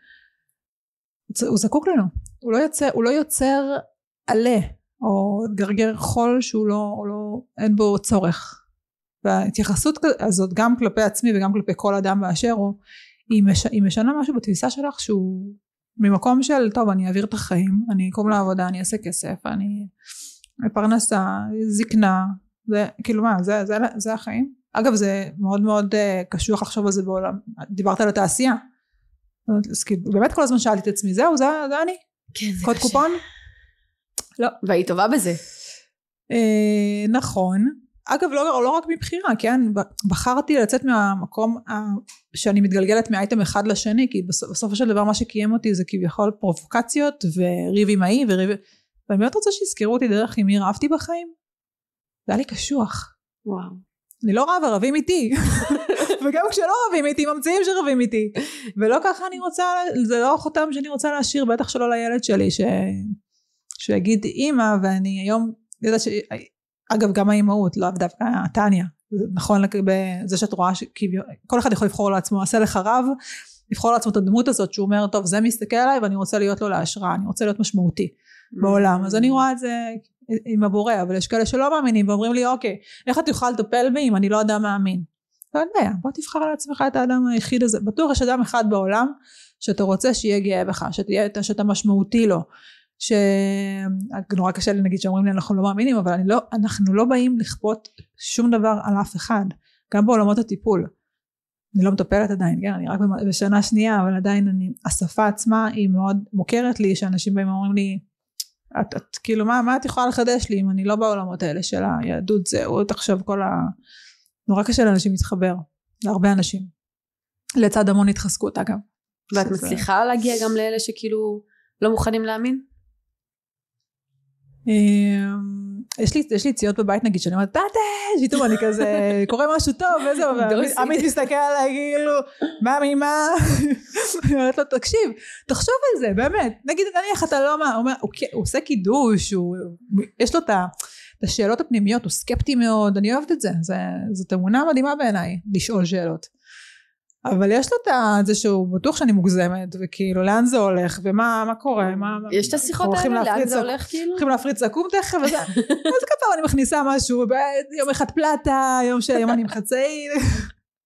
הוא זקוק לנו, הוא לא יוצר, הוא לא יוצר עלה, או גרגר חול שהוא לא, לא, אין בו צורך. וההתייחסות הזאת גם כלפי עצמי וגם כלפי כל אדם באשר הוא, היא, מש, היא משנה משהו בתפיסה שלך שהוא ממקום של טוב אני אעביר את החיים, אני אקום לעבודה, אני אעשה כסף, אני פרנסה, זקנה, זה כאילו מה, זה, זה, זה החיים. אגב זה מאוד מאוד קשוח לחשוב על זה בעולם, דיברת על התעשייה, אז כאילו באמת כל הזמן שאלתי את עצמי, זהו, זה, זה אני, כן, זה קוד קשה. קופון? לא. והיא טובה בזה. אה, נכון. אגב לא, לא רק מבחירה, כן, בחרתי לצאת מהמקום שאני מתגלגלת מאייטם אחד לשני, כי בסופו של דבר מה שקיים אותי זה כביכול פרובוקציות וריב עם האי וריב, ואני באמת רוצה שיזכרו אותי דרך עם מי רבתי בחיים, זה היה לי קשוח. וואו. אני לא רבה, רבים איתי, וגם כשלא רבים איתי, ממציאים שרבים איתי, ולא ככה אני רוצה, זה לא חותם שאני רוצה להשאיר, בטח שלא לילד שלי, ש... שיגיד אמא, ואני היום יודעת ש... אגב גם האימהות, לא דווקא טניה, נכון בזה שאת רואה שכל אחד יכול לבחור לעצמו, עשה לך רב, לבחור לעצמו את הדמות הזאת שהוא אומר טוב זה מסתכל עליי ואני רוצה להיות לו להשראה, אני רוצה להיות משמעותי בעולם, אז אני רואה את זה עם הבורא, אבל יש כאלה שלא מאמינים ואומרים לי אוקיי, איך את יוכל לטפל בי אם אני לא אדם מאמין? לא יודע, בוא תבחר לעצמך את האדם היחיד הזה, בטוח יש אדם אחד בעולם שאתה רוצה שיהיה גאה בך, שתהיה, שאתה משמעותי לו, שנורא קשה לי נגיד שאומרים לי אנחנו לא מאמינים, אבל אני לא, אנחנו לא באים לכפות שום דבר על אף אחד, גם בעולמות הטיפול, אני לא מטפלת עדיין, כן? אני רק בשנה שנייה, אבל עדיין אני, השפה עצמה היא מאוד מוכרת לי, שאנשים באים ואומרים לי, את, את, כאילו מה, מה את יכולה לחדש לי אם אני לא בעולמות האלה של היהדות, זהו, תחשב כל ה... נורא קשה לאנשים להתחבר, להרבה אנשים, לצד המון התחזקות אגב. ואת מצליחה להגיע גם לאלה שכאילו לא מוכנים להאמין? יש לי, יש לי צייות בבית נגיד שאני אומרת, תתש, פתאום אני כזה, קורה משהו טוב, וזהו, עמית מסתכל עליי, כאילו, מה, ממה? אני אומרת לו, תקשיב, תחשוב על זה, באמת, נגיד, נניח אתה לא מה, הוא עושה קידוש, יש לו את השאלות הפנימיות, הוא סקפטי מאוד, אני אוהבת את זה, זאת אמונה מדהימה בעיניי, לשאול שאלות. אבל יש לו את זה שהוא בטוח שאני מוגזמת, וכאילו לאן זה הולך, ומה מה קורה, מה... יש את השיחות האלה, לאן זה הולך כאילו? הולכים להפריץ עקום תכף, וזה, אז כפה אני מכניסה משהו, יום אחד פלטה, יום שאני מחצאי,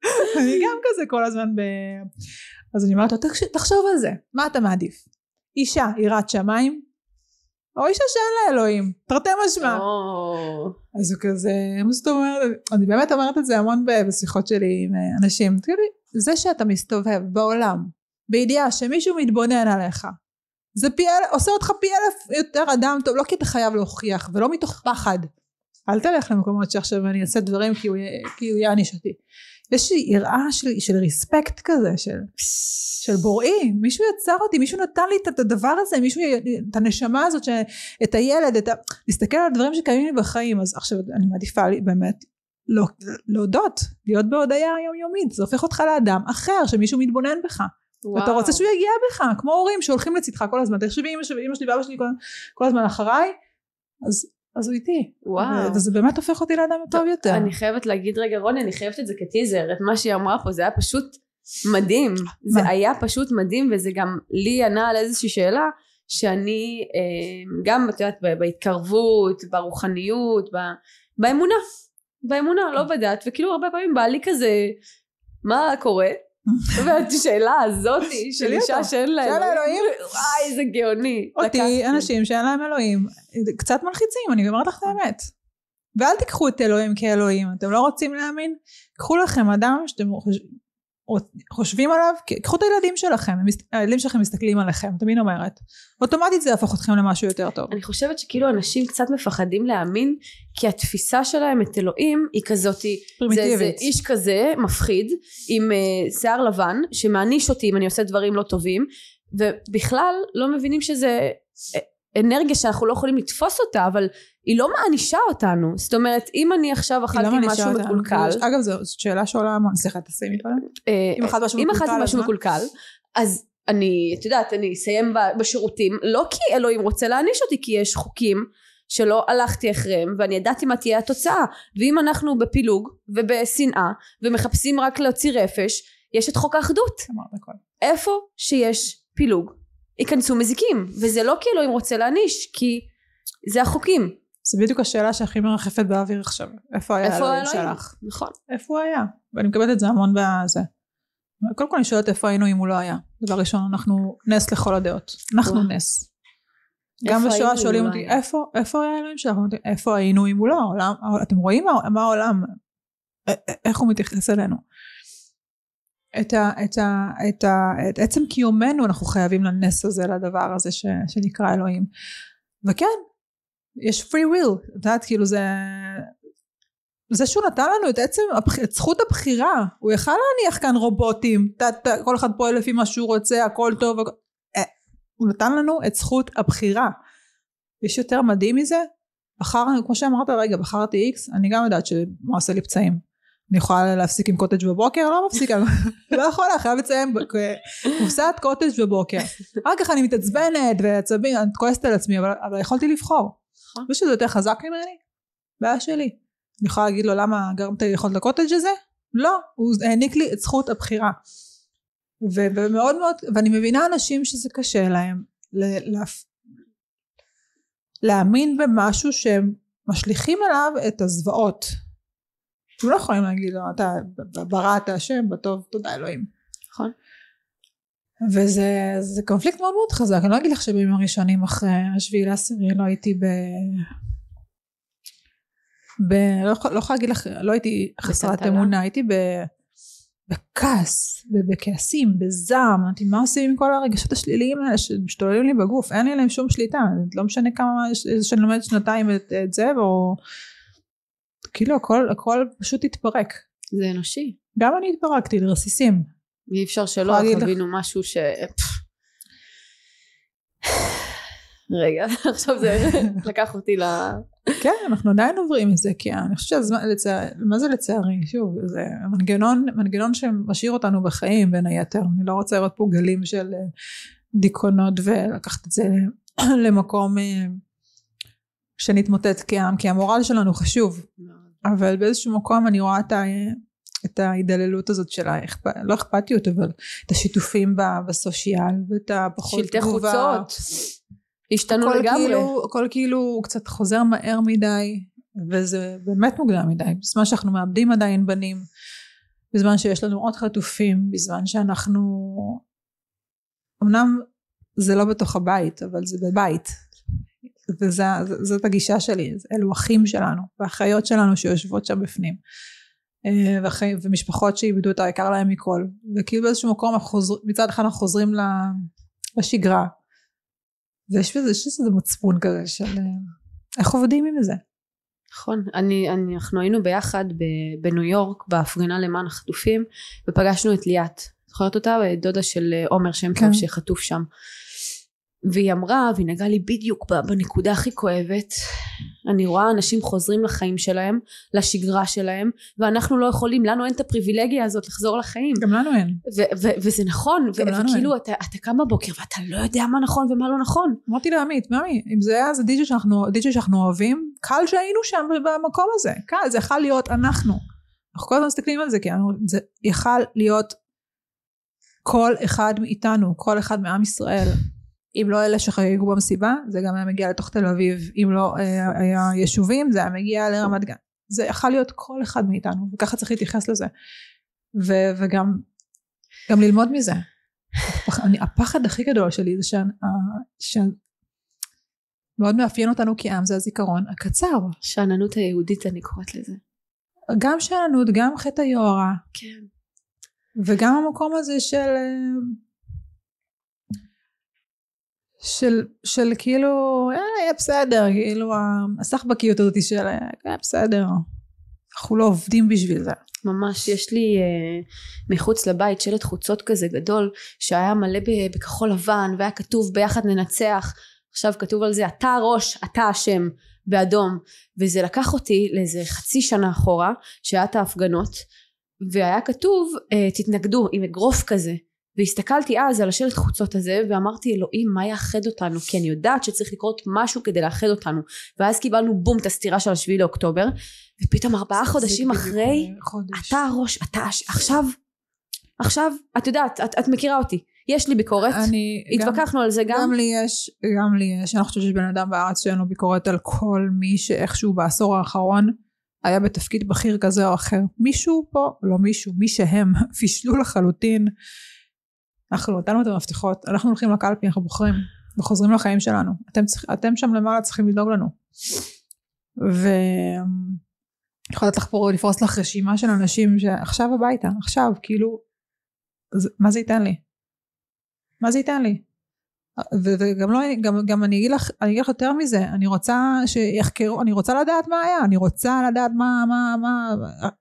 אני גם כזה כל הזמן ב... אז אני אומרת לו, תחשוב על זה, מה אתה מעדיף? אישה, יראת שמיים, או אישה שאין לה אלוהים, תרתי משמע. אז הוא כזה, מה זאת אומרת? אני באמת אומרת את זה המון בשיחות שלי עם אנשים. זה שאתה מסתובב בעולם, בידיעה שמישהו מתבונן עליך, זה פי אלף, עושה אותך פי אלף יותר אדם טוב, לא כי אתה חייב להוכיח, ולא מתוך פחד. אל תלך למקומות שעכשיו אני אעשה דברים כי הוא, כי הוא יעניש אותי. יש לי יראה של, של ריספקט כזה, של, של בוראי, מישהו יצר אותי, מישהו נתן לי את הדבר הזה, מישהו, את הנשמה הזאת, את הילד, את ה... להסתכל על הדברים שקיימים לי בחיים, אז עכשיו אני מעדיפה לי באמת, לא, להודות, להיות בהודעה יומיומית, זה הופך אותך לאדם אחר, שמישהו מתבונן בך, וואו. ואתה רוצה שהוא יגיע בך, כמו הורים שהולכים לצדך כל הזמן, תחשבי אמא שלי, אמא שלי ואבא שלי כל, כל הזמן אחריי, אז... אז הוא איתי, וואו. וזה באמת הופך אותי לאדם טוב יותר. אני חייבת להגיד רגע רוני, אני חייבת את זה כטיזר, את מה שהיא אמרה פה, זה היה פשוט מדהים, זה היה פשוט מדהים, וזה גם לי ענה על איזושהי שאלה, שאני גם, את יודעת, בהתקרבות, ברוחניות, באמונה, באמונה, לא בדת, וכאילו הרבה פעמים בא לי כזה, מה קורה? והשאלה הזאת של אישה שאין לה אלוהים, וואי זה גאוני. אותי אנשים שאין להם אלוהים קצת מלחיצים, אני אומרת לך את האמת. ואל תיקחו את אלוהים כאלוהים, אתם לא רוצים להאמין, קחו לכם אדם שאתם חושבים עליו, קחו את הילדים שלכם, הילדים שלכם מסתכלים עליכם, תמיד אומרת, אוטומטית זה יהפוך אתכם למשהו יותר טוב. אני חושבת שכאילו אנשים קצת מפחדים להאמין, כי התפיסה שלהם את אלוהים היא כזאת, זה, זה איש כזה מפחיד, עם uh, שיער לבן, שמעניש אותי אם אני עושה דברים לא טובים, ובכלל לא מבינים שזה אנרגיה שאנחנו לא יכולים לתפוס אותה, אבל היא לא מענישה אותנו, זאת אומרת אם אני עכשיו אכלתי משהו מקולקל, אגב זו שאלה שעולה המון, סליחה תשימי פה, אם אכלתי משהו מקולקל, אז אני, את יודעת, אני אסיים בשירותים, לא כי אלוהים רוצה להעניש אותי, כי יש חוקים שלא הלכתי אחריהם, ואני ידעתי מה תהיה התוצאה, ואם אנחנו בפילוג ובשנאה, ומחפשים רק להוציא רפש, יש את חוק האחדות, איפה שיש פילוג, ייכנסו מזיקים, וזה לא כי אלוהים רוצה להעניש, כי זה החוקים. זה בדיוק השאלה שהכי מרחפת באוויר עכשיו, איפה היה אלוהים שלך? נכון. איפה הוא היה? ואני מקבלת את זה המון בזה. קודם כל אני שואלת איפה היינו אם הוא לא היה. דבר ראשון, אנחנו נס לכל הדעות. אנחנו נס. גם בשואה שואלים אותי, איפה היה אלוהים שלך? איפה היינו אם הוא לא? אתם רואים מה העולם? איך הוא מתייחס אלינו? את ה, את ה, את ה, את עצם קיומנו אנחנו חייבים לנס הזה, לדבר הזה ש, שנקרא אלוהים. וכן, יש free will, את יודעת, כאילו זה, זה שהוא נתן לנו את עצם, את זכות הבחירה, הוא יכל להניח כאן רובוטים, ת, ת, כל אחד פועל לפי מה שהוא רוצה, הכל טוב, אה, הוא נתן לנו את זכות הבחירה. יש יותר מדהים מזה, בחר, כמו שאמרת רגע, בחרתי איקס, אני גם יודעת שמה עושה לי פצעים. אני יכולה להפסיק עם קוטג' בבוקר? לא מפסיקה, לא יכולה, חייב לציין, קופסת קוטג' בבוקר. אחר כך אני מתעצבנת ועצבים, אני כועסת על עצמי, אבל, אבל יכולתי לבחור. ושזה יותר חזק ממני, בעיה שלי. אני יכולה להגיד לו, למה גרמת לי לאכול את הקוטג' הזה? לא, הוא העניק לי את זכות הבחירה. ומאוד מאוד, ואני מבינה אנשים שזה קשה להם, להאמין במשהו שהם משליכים עליו את הזוועות. הם לא יכולים להגיד לו, אתה בראת השם, בטוב, תודה אלוהים. נכון. וזה קונפליקט מאוד מאוד חזק, אני לא אגיד לך שבימים הראשונים אחרי השביעי לעשירי, לא הייתי ב... ב... לא יכולה להגיד לך, לא הייתי חסרת אמונה, הייתי בכעס, בכעסים, בזעם, אמרתי, מה עושים עם כל הרגשות השליליים האלה שמשתוללים לי בגוף, אין לי להם שום שליטה, לא משנה כמה, שאני לומדת שנתיים את, את זה, או... כאילו הכל, הכל פשוט התפרק. זה אנושי. גם אני התפרקתי לרסיסים. אי אפשר שלא חווינו לך... משהו ש... רגע, עכשיו זה לקח אותי ל... כן, אנחנו עדיין עוברים את זה, כי אני חושבת שהזמן, לצע... מה זה לצערי? שוב, זה מנגנון, מנגנון שמשאיר אותנו בחיים בין היתר. אני לא רוצה לראות פה גלים של דיכאונות ולקחת את זה למקום... שנתמוטט כעם, כי המורל שלנו חשוב, אבל באיזשהו מקום אני רואה את, ה, את ההידללות הזאת שלה, לא אכפתיות, אבל את השיתופים בסושיאל, ואת הפחות שלטי תגובה. חוצות, השתנו לגמרי. כאילו, הכל כאילו קצת חוזר מהר מדי, וזה באמת מוקדם מדי, בזמן שאנחנו מאבדים עדיין בנים, בזמן שיש לנו עוד חטופים, בזמן שאנחנו, אמנם זה לא בתוך הבית, אבל זה בבית, וזאת הגישה שלי, אלו אחים שלנו, והאחיות שלנו שיושבות שם בפנים, ומשפחות שאיבדו את היקר להם מכל, וכאילו באיזשהו מקום מצד אחד אנחנו חוזרים לשגרה, ויש בזה שזה מצפון כזה של איך עובדים עם זה. נכון, אני, אני, אנחנו היינו ביחד בניו יורק בהפגנה למען החטופים, ופגשנו את ליאת, זוכרת אותה? דודה של עומר שם טוב שחטוף שם, והיא אמרה, והיא נגעה לי בדיוק בנקודה הכי כואבת, אני רואה אנשים חוזרים לחיים שלהם, לשגרה שלהם, ואנחנו לא יכולים, לנו אין את הפריבילגיה הזאת לחזור לחיים. גם לנו אין. ו- ו- וזה נכון, ו- וכאילו אתה, אתה קם בבוקר ואתה לא יודע מה נכון ומה לא נכון. אמרתי לעמית, מאמי, אם זה היה זה דיג'י שאנחנו, דיג'י שאנחנו אוהבים, קל שהיינו שם במקום הזה, קל, זה יכול להיות אנחנו. אנחנו כל הזמן מסתכלים על זה, כי זה יכול להיות כל אחד מאיתנו, כל אחד מעם ישראל. אם לא אלה שחגגו במסיבה, זה גם היה מגיע לתוך תל אביב, אם לא היה יישובים, זה היה מגיע לרמת גן. זה יכול להיות כל אחד מאיתנו, וככה צריך להתייחס לזה. ו- וגם גם ללמוד מזה. אני, הפחד הכי גדול שלי זה שמאוד מאפיין אותנו כעם, זה הזיכרון הקצר. שאננות היהודית אני קוראת לזה. גם שאננות, גם חטא היוהרה. כן. וגם המקום הזה של... של, של כאילו, אה, יהיה בסדר, כאילו, הסחבקיות הזאת של, אה, בסדר, אנחנו לא עובדים בשביל זה. ממש, יש לי אה, מחוץ לבית שלט חוצות כזה גדול, שהיה מלא בכחול לבן, והיה כתוב ביחד ננצח, עכשיו כתוב על זה, אתה הראש, אתה השם, באדום, וזה לקח אותי לאיזה חצי שנה אחורה, שהיה את ההפגנות, והיה כתוב, אה, תתנגדו עם אגרוף כזה, והסתכלתי אז על השלט חוצות הזה ואמרתי אלוהים מה יאחד אותנו, כי אני יודעת שצריך לקרות משהו כדי לאחד אותנו, ואז קיבלנו בום את הסתירה של השביעי לאוקטובר, ופתאום ארבעה חודשים אחרי אתה הראש, אתה עכשיו עכשיו את יודעת, את, את מכירה אותי, יש לי ביקורת, אני, התווכחנו גם, על זה גם גם לי יש, גם לי יש, אני חושבת שיש בן אדם בארץ שאין לו ביקורת על כל מי שאיכשהו בעשור האחרון היה בתפקיד בכיר כזה או אחר, מישהו פה, לא מישהו, מי שהם פישלו לחלוטין. אנחנו נתנו את המפתחות, אנחנו הולכים לקלפי, אנחנו בוחרים וחוזרים לחיים שלנו, אתם, צריכ, אתם שם למעלה צריכים לדאוג לנו. ואני יכולה לתת לך פה לפרוס לך רשימה של אנשים שעכשיו הביתה, עכשיו כאילו, מה זה ייתן לי? מה זה ייתן לי? וגם לא, גם, גם אני אגיד לך, אני אגיד לך יותר מזה, אני רוצה שיחקרו, אני רוצה לדעת מה היה, אני רוצה לדעת מה, מה, מה,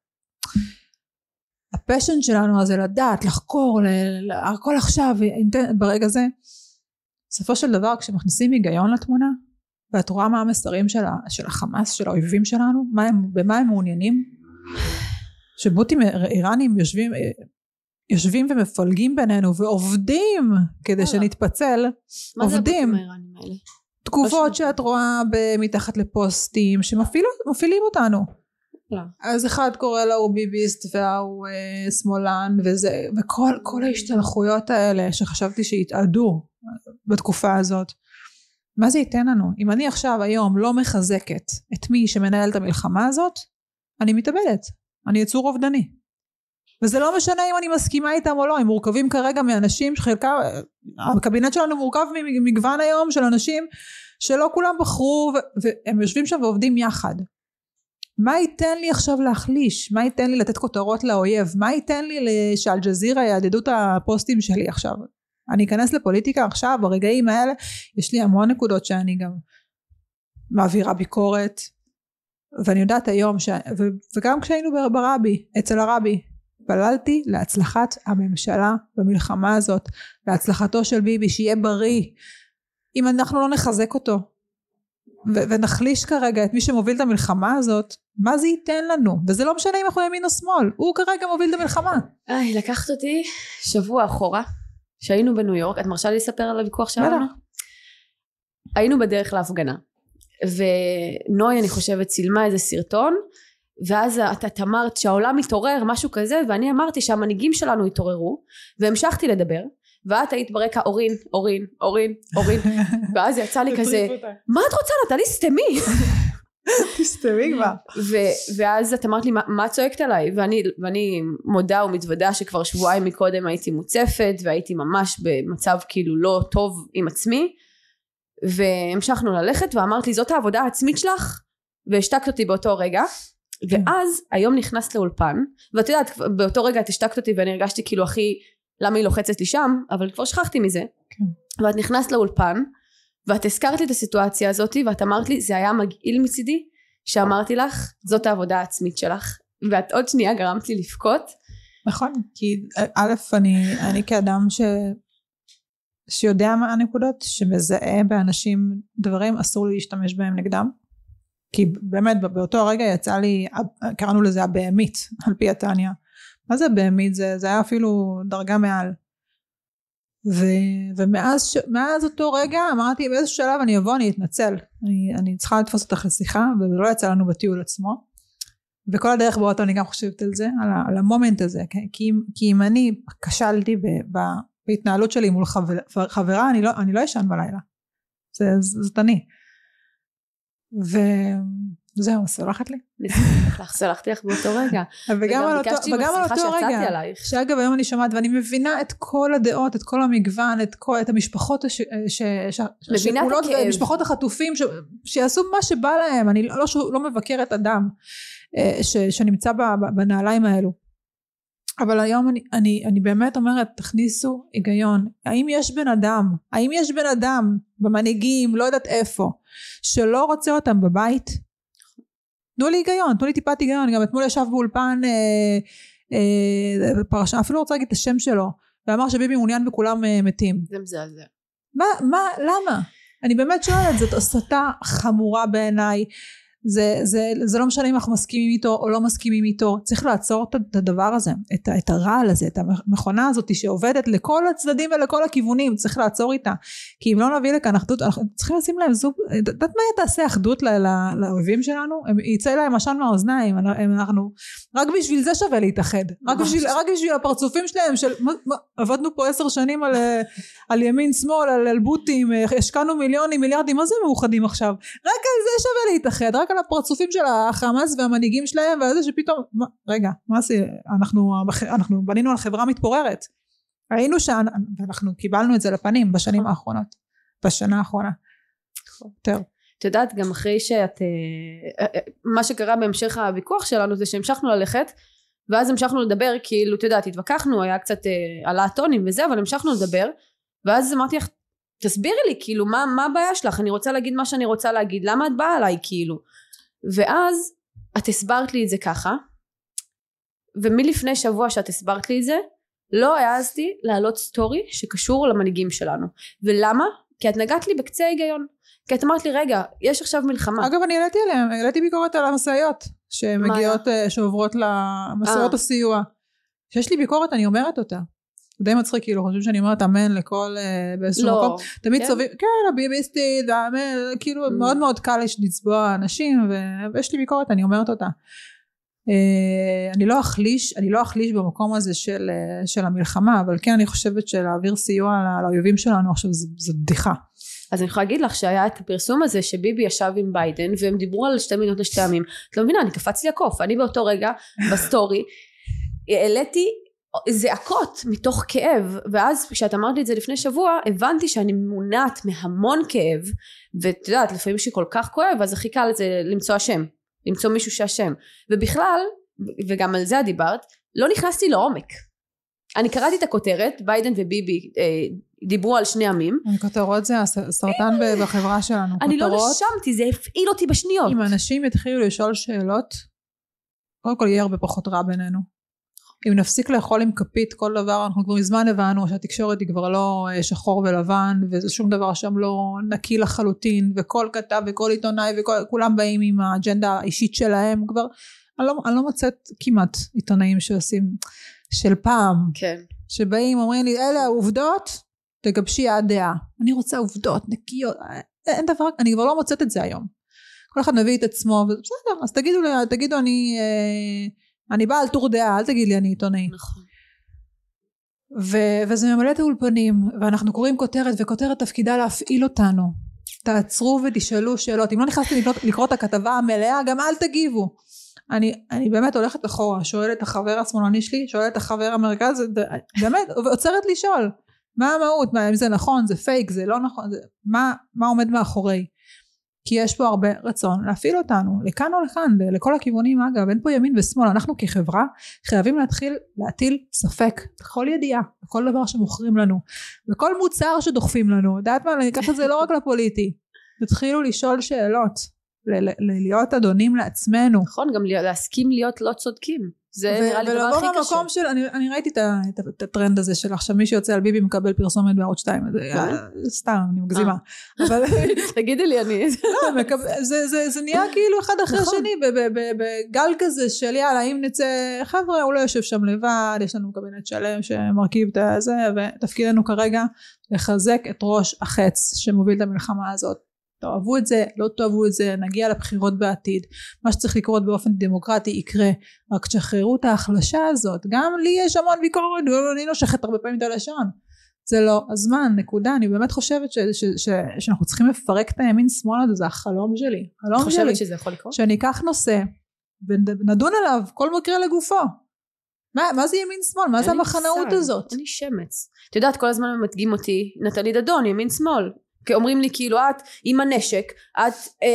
הפשן שלנו הזה לדעת, לחקור, הכל עכשיו, ברגע זה, בסופו של דבר, כשמכניסים היגיון לתמונה, ואת רואה מה המסרים של, של החמאס, של האויבים שלנו, מה הם, במה הם מעוניינים, שבוטים איראנים יושבים, יושבים ומפלגים בינינו, ועובדים כדי שנתפצל, עובדים, תגובות שאת רואה מתחת לפוסטים, שמפעילים אותנו, אז אחד קורא לה הוא ביביסט והוא אה, שמאלן וזה, וכל כל ההשתלחויות האלה שחשבתי שהתעדו בתקופה הזאת, מה זה ייתן לנו? אם אני עכשיו היום לא מחזקת את מי שמנהל את המלחמה הזאת, אני מתאבדת, אני יצור אובדני, וזה לא משנה אם אני מסכימה איתם או לא, הם מורכבים כרגע מאנשים שחלקם, הקבינט שלנו מורכב ממגוון היום של אנשים שלא כולם בחרו, והם יושבים שם ועובדים יחד. מה ייתן לי עכשיו להחליש? מה ייתן לי לתת כותרות לאויב? מה ייתן לי שאל-ג'זירה יעדדו את הפוסטים שלי עכשיו? אני אכנס לפוליטיקה עכשיו, ברגעים האלה, יש לי המון נקודות שאני גם מעבירה ביקורת, ואני יודעת היום, ש... ו... וגם כשהיינו ברבי, אצל הרבי, פללתי להצלחת הממשלה במלחמה הזאת, להצלחתו של ביבי, שיהיה בריא, אם אנחנו לא נחזק אותו, ו- ונחליש כרגע את מי שמוביל את המלחמה הזאת, מה זה ייתן לנו? וזה לא משנה אם אנחנו ימין או שמאל, הוא כרגע מוביל את המלחמה. איי, לקחת אותי שבוע אחורה, שהיינו בניו יורק, את מרשה לי לספר על הוויכוח שלנו? היינו בדרך להפגנה, ונוי אני חושבת צילמה איזה סרטון, ואז את אמרת שהעולם מתעורר, משהו כזה, ואני אמרתי שהמנהיגים שלנו התעוררו, והמשכתי לדבר, ואת היית ברקע אורין, אורין, אורין, אורין, ואז יצא לי כזה, מה את רוצה? נתן לי סתמי. תסתמי כבר. ואז את אמרת לי, מה צועקת עליי? ואני מודה ומתוודה שכבר שבועיים מקודם הייתי מוצפת, והייתי ממש במצב כאילו לא טוב עם עצמי, והמשכנו ללכת, ואמרת לי, זאת העבודה העצמית שלך? והשתקת אותי באותו רגע, ואז היום נכנסת לאולפן, ואת יודעת, באותו רגע את השתקת אותי, ואני הרגשתי כאילו, אחי, למה היא לוחצת לי שם? אבל כבר שכחתי מזה. ואת נכנסת לאולפן, ואת הזכרת לי את הסיטואציה הזאת, ואת אמרת לי, זה היה מגעיל מצידי, שאמרתי לך, זאת העבודה העצמית שלך, ואת עוד שנייה גרמת לי לפקות. נכון, כי א', אני, אני כאדם ש, שיודע מה הנקודות, שמזהה באנשים דברים, אסור לי להשתמש בהם נגדם, כי באמת באותו הרגע יצא לי, קראנו לזה הבהמית, על פי התניה. מה זה הבהמית? זה, זה היה אפילו דרגה מעל. ו, ומאז מאז אותו רגע אמרתי באיזשהו שלב אני אבוא, אני אתנצל, אני, אני צריכה לתפוס אותך לשיחה, וזה לא יצא לנו בטיול עצמו, וכל הדרך באותו אני גם חושבת על זה, על, על המומנט הזה, כי, כי אם אני כשלתי ב, ב, בהתנהלות שלי מול חבר, חברה, אני לא, אני לא ישן בלילה, זה, זאת אני, וזהו, סלחת לי? סלחתי לך באותו רגע. וגם על אותו, וגם על אותו רגע, שאגב היום אני שומעת, ואני מבינה את כל הדעות, את כל המגוון, את, כל, את המשפחות השכולות, ומשפחות החטופים, ש, שיעשו מה שבא להם, אני לא, לא מבקרת אדם, ש, שנמצא בנעליים האלו. אבל היום אני, אני, אני באמת אומרת, תכניסו היגיון, האם יש בן אדם, האם יש בן אדם במנהיגים, לא יודעת איפה, שלא רוצה אותם בבית? תנו לי היגיון, תנו לי טיפת היגיון. גם אתמול ישב באולפן אה, אה, פרשה, אפילו רוצה להגיד את השם שלו, ואמר שביבי מעוניין וכולם אה, מתים. זה מזעזע. מה, מה, למה? אני באמת שואלת, זאת הסתה חמורה בעיניי, זה, זה, זה לא משנה אם אנחנו מסכימים איתו או לא מסכימים איתו, צריך לעצור את הדבר הזה, את, את הרעל הזה, את המכונה הזאת שעובדת לכל הצדדים ולכל הכיוונים, צריך לעצור איתה, כי אם לא נביא לכאן אחדות, אנחנו צריכים לשים להם זוג, יודעת מה תעשה אחדות לא, לא, לאויבים שלנו? הם יצא להם עשן מהאוזניים, אנחנו, רק בשביל זה שווה להתאחד, רק בשביל, רק בשביל הפרצופים שלהם, של, מה, מה, עבדנו פה עשר שנים על, על ימין שמאל, על, על בוטים, השקענו מיליונים, מיליארדים, מה זה מאוחדים עכשיו? רק על זה שווה להתאחד, רק על הפרצופים של החמאס והמנהיגים שלהם, וזה שפתאום, מה, רגע, מה זה, אנחנו, אנחנו בנינו על חברה מתפוררת, ראינו שאנחנו קיבלנו את זה לפנים בשנים האחרונות, בשנה האחרונה. טוב. את יודעת, גם אחרי שאת, מה שקרה בהמשך הוויכוח שלנו, זה שהמשכנו ללכת, ואז המשכנו לדבר, כאילו, את יודעת, התווכחנו, היה קצת עלה הטונים וזה, אבל המשכנו לדבר, ואז אמרתי לך, תסבירי לי, כאילו, מה, מה הבעיה שלך? אני רוצה להגיד מה שאני רוצה להגיד, למה את באה עליי, כאילו? ואז את הסברת לי את זה ככה, ומלפני שבוע שאת הסברת לי את זה, לא העזתי להעלות סטורי שקשור למנהיגים שלנו. ולמה? כי את נגעת לי בקצה ההיגיון. כי את אמרת לי, רגע, יש עכשיו מלחמה. אגב, אני העליתי עליהם, העליתי ביקורת על המסעיות, שמגיעות, שעוברות למסעיות הסיוע. שיש לי ביקורת, אני אומרת אותה. די מצחיק, כאילו, חושבים שאני אומרת אמן לכל, באיזשהו לא, מקום. תמיד כן? סובים, כן, הביביסטית, כאילו, mm. מאוד מאוד קל לצבוע אנשים, ויש לי ביקורת, אני אומרת אותה. אני לא אחליש, אני לא אחליש במקום הזה של, של המלחמה, אבל כן, אני חושבת שלהעביר סיוע לאויבים שלנו, עכשיו, זו בדיחה. אז אני יכולה להגיד לך שהיה את הפרסום הזה שביבי ישב עם ביידן, והם דיברו על שתי מדינות לשתי עמים. את לא מבינה, אני קפץ לי הקוף, אני באותו רגע, בסטורי, העליתי זעקות מתוך כאב, ואז כשאת אמרת לי את זה לפני שבוע, הבנתי שאני מונעת מהמון כאב, ואת יודעת, לפעמים שכל כך כואב, אז הכי קל זה למצוא השם, למצוא מישהו שהשם, ובכלל, וגם על זה דיברת, לא נכנסתי לעומק. אני קראתי את הכותרת, ביידן וביבי אה, דיברו על שני עמים. כותרות זה הסרטן בחברה שלנו. אני לא נשמתי, זה הפעיל אותי בשניות. אם אנשים יתחילו לשאול שאלות, קודם כל יהיה הרבה פחות רע בינינו. אם נפסיק לאכול עם כפית כל דבר, אנחנו כבר מזמן הבנו שהתקשורת היא כבר לא שחור ולבן, וזה שום דבר שם לא נקי לחלוטין, וכל כתב וכל עיתונאי וכולם באים עם האג'נדה האישית שלהם, כבר אני לא, אני לא מצאת כמעט עיתונאים שעושים של פעם, כן. שבאים אומרים לי אלה העובדות, תגבשי הדעה, אני רוצה עובדות נקיות, אין דבר, אני כבר לא מוצאת את זה היום, כל אחד מביא את עצמו, בסדר, אז תגידו, תגידו אני אני באה על טור דעה, אל תגיד לי אני עיתונאי. נכון. ו- וזה ממלא את האולפנים, ואנחנו קוראים כותרת, וכותרת תפקידה להפעיל אותנו. תעצרו ותשאלו שאלות, אם לא נכנסתי לקרוא את הכתבה המלאה, גם אל תגיבו. אני, אני באמת הולכת אחורה, שואלת את החבר השמאלני שלי, שואלת את החבר המרכז, באמת, ועוצרת לשאול, מה המהות, מה, אם זה נכון, זה פייק, זה לא נכון, זה, מה, מה עומד מאחורי, כי יש פה הרבה רצון להפעיל אותנו, לכאן או לכאן, לכל הכיוונים, אגב, אין פה ימין ושמאל, אנחנו כחברה חייבים להתחיל להטיל ספק, בכל ידיעה, בכל דבר שמוכרים לנו, בכל מוצר שדוחפים לנו, יודעת מה, אני אקח את זה לא רק לפוליטי, תתחילו לשאול שאלות, להיות אדונים לעצמנו. נכון, גם להסכים להיות לא צודקים. זה נראה לי דבר הכי קשה. ולבוא במקום של, אני ראיתי את הטרנד הזה של עכשיו מי שיוצא על ביבי מקבל פרסומת בערוץ שתיים, סתם, אני מגזימה. תגידי לי, אני... זה נהיה כאילו אחד אחרי שני, בגל כזה של יאללה, אם נצא חבר'ה, הוא לא יושב שם לבד, יש לנו קבינט שלם שמרכיב את זה, ותפקידנו כרגע לחזק את ראש החץ שמוביל את המלחמה הזאת. תאהבו את זה, לא תאהבו את זה, נגיע לבחירות בעתיד, מה שצריך לקרות באופן דמוקרטי יקרה, רק תשחררו את ההחלשה הזאת, גם לי יש המון ביקורת, אני נושכת הרבה פעמים את הלשון, זה לא הזמן, נקודה, אני באמת חושבת ש, ש, ש, שאנחנו צריכים לפרק את הימין שמאל הזה, זה החלום שלי, החלום חושבת שלי, שזה יכול לקרות? שאני אקח נושא, ונדון עליו, כל מקרה לגופו, מה, מה זה ימין שמאל, מה זה המחנאות הזאת? אני שמץ, את יודעת כל הזמן מדגים אותי, נטלי דדון, ימין שמאל, כי אומרים לי כאילו את עם הנשק את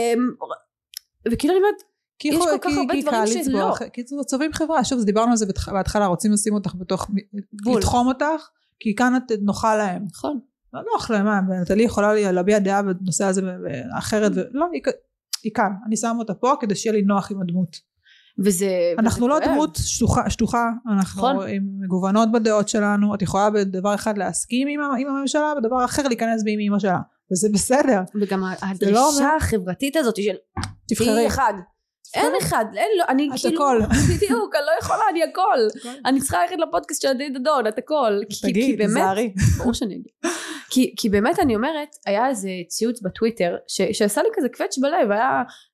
וכאילו אני אומרת יש כל כך הרבה דברים שלא כי צובעים חברה, שוב דיברנו על זה בהתחלה, רוצים לשים אותך בתוך לתחום אותך כי כאן את נוחה להם, נכון, לא נוח להם, נטלי יכולה להביע דעה בנושא הזה אחרת, לא, היא כאן, אני שם אותה פה כדי שיהיה לי נוח עם הדמות, אנחנו לא דמות שטוחה, אנחנו מגוונות בדעות שלנו, את יכולה בדבר אחד להסכים עם הממשלה, בדבר אחר להיכנס בי עם אמא שלה, וזה בסדר. וגם הדרישה החברתית הזאת של תבחרי אחד, אין אחד, אני כאילו, בדיוק, אני לא יכולה, אני הכל, אני צריכה ללכת לפודקאסט של נטלי דדון, את הכל, תגיד, תזהרי, ברור שאני אגיד, כי באמת אני אומרת, היה איזה ציוץ בטוויטר, שעשה לי כזה קווץ' בלב, היה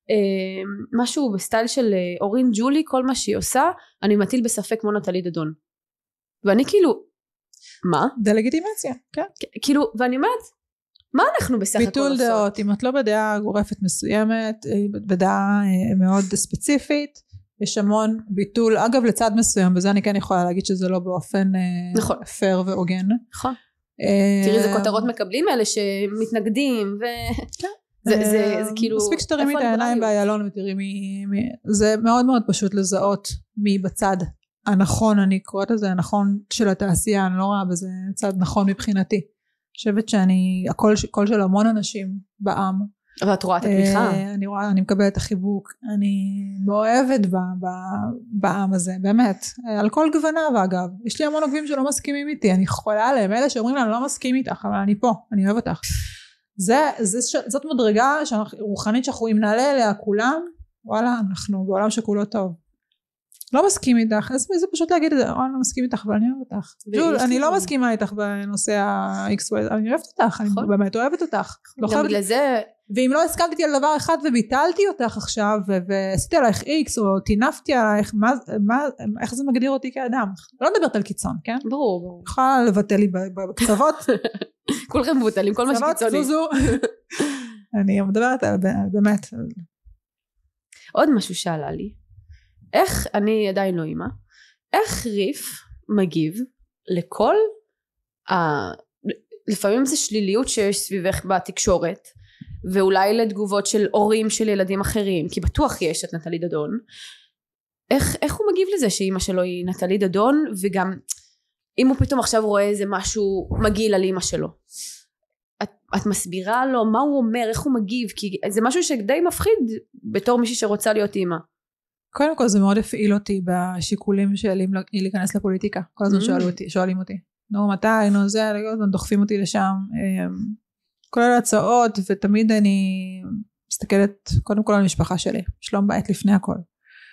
משהו בסטייל של אורין ג'ולי, כל מה שהיא עושה, אני מטיל בספק כמו נטלי דדון, ואני כאילו, מה? דלגיטימציה, כן. כאילו, ואני אומרת, מה אנחנו בסך הכל עושות? ביטול דעות, אם את לא בדעה גורפת מסוימת, בדעה מאוד ספציפית, יש המון ביטול, אגב לצד מסוים, בזה אני כן יכולה להגיד שזה לא באופן נכון. פייר והוגן. נכון. תראי איזה כותרות מקבלים אלה שמתנגדים, ו... כן. זה, זה, זה כאילו... מספיק שתרימי את העיניים באיילון ותראי מי... זה מאוד מאוד פשוט לזהות מי בצד הנכון, אני קוראת לזה הנכון של התעשייה, אני לא רואה בזה צד נכון מבחינתי. אני חושבת שאני, הקול, הקול של המון אנשים בעם. אבל את רואה את התמיכה? אני רואה, אני מקבלת את החיבוק, אני מאוהבת ב, ב, בעם הזה, באמת. על כל גווניו אגב. יש לי המון עוקבים שלא מסכימים איתי, אני יכולה עליהם, אלה שאומרים לה, אני לא מסכים איתך, אבל אני פה, אני אוהב אותך. זה, זה, זאת מדרגה רוחנית שאנחנו, אם נעלה אליה כולם, וואלה, אנחנו בעולם שכולו טוב. לא מסכים איתך, אז זה פשוט להגיד את זה, אני לא מסכים איתך, אבל אני אוהב אותך. ג'ול, אני לא מסכימה איתך בנושא ה-X Y, אני אוהבת אותך, אני באמת אוהבת אותך. גם בגלל זה... ואם לא הסכמתי על דבר אחד וביטלתי אותך עכשיו, ועשיתי עלייך X, או טינפתי עלייך, איך זה מגדיר אותי כאדם? לא מדברת על קיצון, כן? ברור, ברור. יכולה לבטל לי בקצוות. כולכם מבוטלים, כל מה שקיצוני. אני מדברת על באמת. עוד משהו שאלה לי. איך, אני עדיין לא אימא, איך ריף מגיב לכל, ה... לפעמים זה שליליות שיש סביבך בתקשורת, ואולי לתגובות של הורים של ילדים אחרים, כי בטוח יש את נטלי דדון, איך, איך הוא מגיב לזה שאימא שלו היא נטלי דדון, וגם אם הוא פתאום עכשיו רואה איזה משהו מגעיל על אימא שלו, את, את מסבירה לו מה הוא אומר, איך הוא מגיב, כי זה משהו שדי מפחיד בתור מישהי שרוצה להיות אימא. קודם כל זה מאוד הפעיל אותי בשיקולים שלי להיכנס לפוליטיקה, כל הזמן שואלים אותי, שואלים אותי, נו מתי, נו זה, דוחפים אותי לשם, כל אלה הצעות, ותמיד אני מסתכלת קודם כל על המשפחה שלי, שלום בית לפני הכל,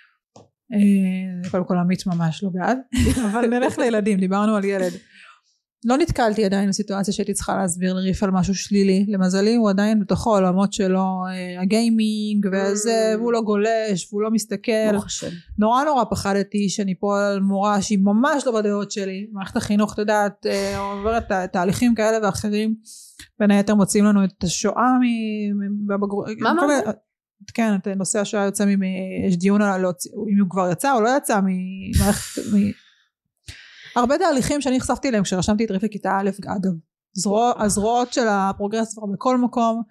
קודם כל עמית ממש לא בעד, אבל נלך לילדים, דיברנו על ילד, לא נתקלתי עדיין בסיטואציה שהייתי צריכה להסביר לריף על משהו שלילי. למזלי הוא עדיין בתוכו עולמות שלו, הגיימינג וזה, והוא לא גולש והוא לא מסתכל. נורא נורא פחדתי שאני פה על מורה שהיא ממש לא בדעות שלי. מערכת החינוך, אתה יודעת, עוברת תהליכים כאלה ואחרים, בין היתר מוצאים לנו את השואה בבגרות. מה מה? כן, את נושא השואה יוצא, יש דיון על אם הוא כבר יצא או לא יצא ממערכת, הרבה תהליכים שאני נחשפתי אליהם כשרשמתי את ריף לכיתה א', אגב, הזרועות של הפרוגרס כבר בכל מקום.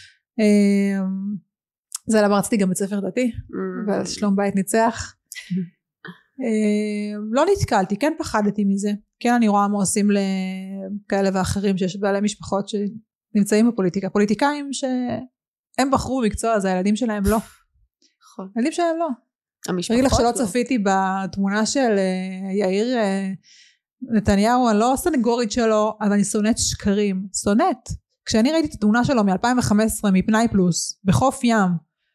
זה למה רציתי גם בית ספר דתי, ושלום בית ניצח. לא נתקלתי, כן פחדתי מזה, כן אני רואה מה עושים לכאלה ואחרים שיש בעלי משפחות שנמצאים בפוליטיקה, פוליטיקאים שהם בחרו במקצוע הזה, הילדים שלהם לא. הילדים שלהם לא. אני לך שלא צפיתי בתמונה של יאיר נתניהו, אני לא סנגורית שלו, אבל אני שונאת שקרים, שונאת. כשאני ראיתי את התמונה שלו מ-אלפיים וחמש עשרה מפנאי פלוס, בחוף ים,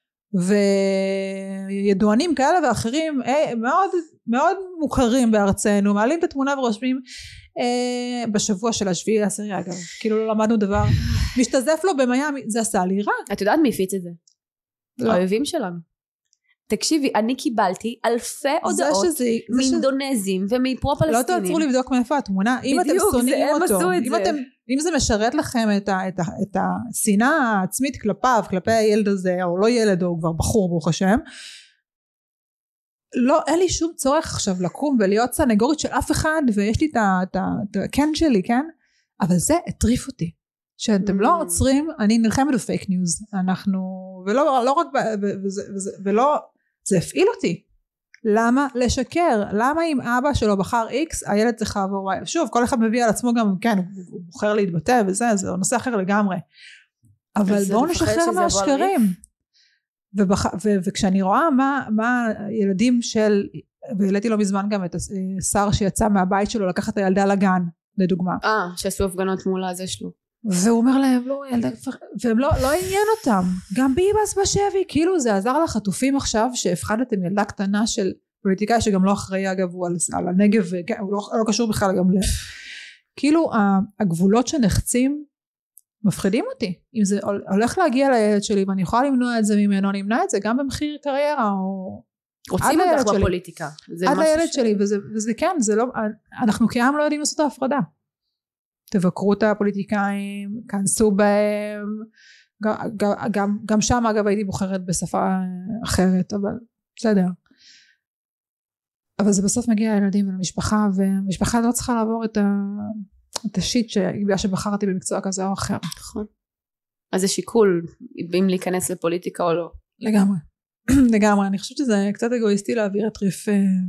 וידוענים כאלה ואחרים, מאוד, מאוד מוכרים בארצנו, מעלים את התמונה ורושמים, בשבוע של השביעי לעשירי אגב, כאילו לא למדנו דבר, משתזף לו במיימי, זה עשה לי רע. את יודעת מי הפיץ את זה? האויבים שלנו. תקשיבי, אני קיבלתי אלפי הודעות מאינדונזים ומפרו-פלסטינים. לא תעצרו לבדוק מאיפה התמונה, אם אתם שונאים אותו, אם זה משרת לכם את השנאה העצמית כלפיו, כלפי הילד הזה, או לא ילד, או כבר בחור ברוך השם, לא, אין לי שום צורך עכשיו לקום ולהיות סנגורית של אף אחד, ויש לי את הכן שלי, כן? אבל זה הטריף אותי. שאתם לא עוצרים, אני נלחמת בפייק ניוז, אנחנו, ולא לא רק, ולא, זה הפעיל אותי. למה לשקר? למה אם אבא שלו בחר איקס, הילד צריך לעבור, שוב, כל אחד מביא על עצמו גם, כן, הוא בוחר להתבטא וזה, זה נושא אחר לגמרי. אבל בואו נשחרר מהשקרים. וכשאני רואה מה ילדים של, והעליתי לא מזמן גם את השר שיצא מהבית שלו, לקחת את הילדה לגן, לדוגמה. אה, שעשו הפגנות מול הזה שלו. והוא אומר להם לא ילדה, והם לא, לא עניין אותם, גם ביבס בשבי, כאילו זה עזר לחטופים עכשיו שהפחדתם ילדה קטנה של פוליטיקאי שגם לא אחראי אגב, הוא על, על הנגב, הוא לא, לא קשור בכלל גם ל... כאילו הגבולות שנחצים מפחידים אותי, אם זה הולך להגיע לילד שלי ואני יכולה למנוע את זה ממנו, אני אמנע את זה גם במחיר קריירה או... רוצים אותך בפוליטיקה. עד לילד שלי, וזה, וזה כן, זה לא, אנחנו כעם לא יודעים לעשות את ההפרדה. תבקרו את הפוליטיקאים, כנסו בהם, גם, גם, גם שם אגב הייתי בוחרת בשפה אחרת, אבל בסדר. אבל זה בסוף מגיע לילדים ולמשפחה, והמשפחה לא צריכה לעבור את, ה, את השיט שבגלל שבחרתי במקצוע כזה או אחר. נכון. אז זה שיקול, אם להיכנס לפוליטיקה או לא. לגמרי. לגמרי. אני חושבת שזה קצת אגואיסטי להעביר את ריף...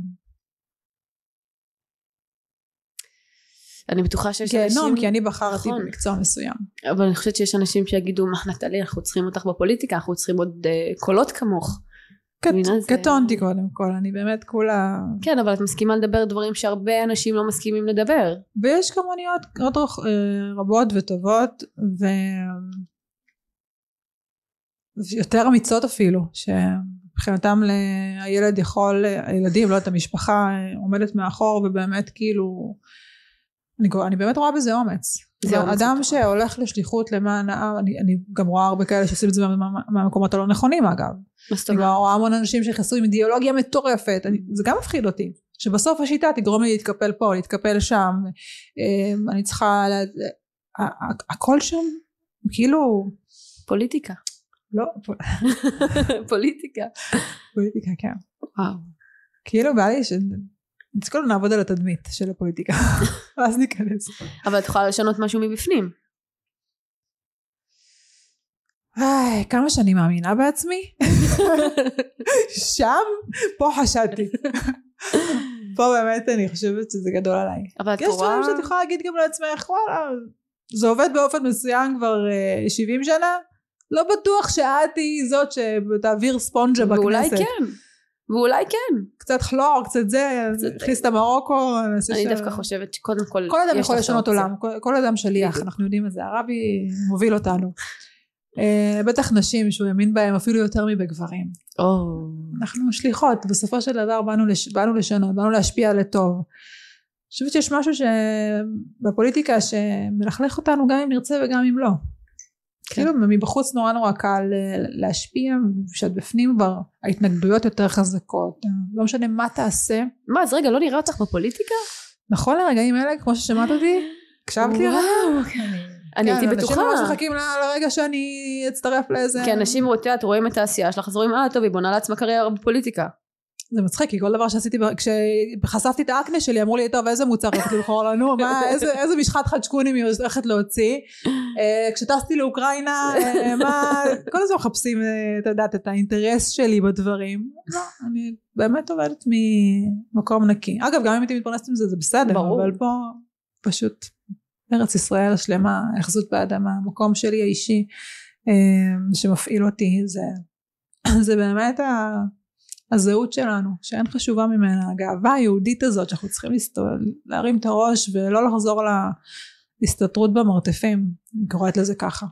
אני בטוחה שיש אנשים... גיהנום, כי אני בחרתי נכון. במקצוע מסוים. אבל אני חושבת שיש אנשים שיגידו, מה נטלי, אנחנו צריכים אותך בפוליטיקה, אנחנו צריכים עוד uh, קולות כמוך. קטונתי קודם כל, אני באמת כולה... כן, אבל את מסכימה לדבר דברים שהרבה אנשים לא מסכימים לדבר. ויש כמוניות עוד רבות וטובות, ו... ויותר אמיצות אפילו, שמבחינתם הילד יכול, הילדים, לא את המשפחה, עומדת מאחור, ובאמת כאילו... אני, אני באמת רואה בזה אומץ. זה אדם שהולך לשליחות למען העם, אני, אני גם רואה הרבה כאלה שעושים את זה מהמקומות הלא נכונים אגב. אני גם רואה המון אנשים שיחסו עם אידיאולוגיה מטורפת, אני, זה גם מפחיד אותי, שבסוף השיטה תגרום לי להתקפל פה, להתקפל שם, אני צריכה, הכל שם, כאילו... פוליטיקה. לא, פוליטיקה. פוליטיקה, כן. וואו. כאילו בא לי ש... נצטרכו נעבוד על התדמית של הפוליטיקה, ואז ניכנס. אבל את יכולה לשנות משהו מבפנים. איי, כמה שאני מאמינה בעצמי. שם, פה חשדתי. פה באמת אני חושבת שזה גדול עליי. אבל את יש דברים שאת יכולה להגיד גם לעצמך, וואלה, זה עובד באופן מסוים כבר שבעים שנה, לא בטוח שאת היא זאת שתעביר ספונג'ה בכנסת. ואולי כן. ואולי כן. קצת כלור, קצת זה, הכניס את המרוקו. אני דווקא חושבת שקודם כל... כל אדם יכול לשנות עולם, כל אדם שליח, אנחנו יודעים את זה, הרבי מוביל אותנו. בטח נשים שהוא ימין בהם אפילו יותר מבגברים. אנחנו שליחות, בסופו של דבר באנו לשנות, באנו להשפיע לטוב. חושבת שיש משהו שבפוליטיקה שמלכלך אותנו גם אם נרצה וגם אם לא. כאילו מבחוץ נורא נורא קל להשפיע, כשאת בפנים כבר ההתנגדויות יותר חזקות, לא משנה מה תעשה. מה, אז רגע, לא נראה אותך בפוליטיקה? נכון לרגעים אלה, כמו ששמעת אותי, הקשבת לי? אני הייתי בטוחה. אנשים ממש מחכים לרגע שאני אצטרף לאיזה... כי אנשים רואים את העשייה שלך, אז רואים, אה טוב, היא בונה לעצמה קריירה בפוליטיקה. זה מצחיק, כי כל דבר שעשיתי, כשחשפתי את האקנה שלי, אמרו לי, טוב, איזה מוצר רציתי לבחור לנו, איזה משחת חדשקונים היא הולכת להוציא, כשטסתי לאוקראינה, מה, כל הזמן מחפשים, אתה יודעת, את האינטרס שלי בדברים, לא, אני באמת עובדת ממקום נקי, אגב, גם אם הייתי מתפרנסת עם זה, זה בסדר, אבל פה פשוט ארץ ישראל השלמה, היחזות באדמה, המקום שלי האישי, שמפעיל אותי, זה באמת ה... הזהות שלנו, שאין חשובה ממנה, הגאווה היהודית הזאת שאנחנו צריכים להסתובב, להרים את הראש ולא לחזור להסתתרות במרתפים, אני קוראת לזה ככה.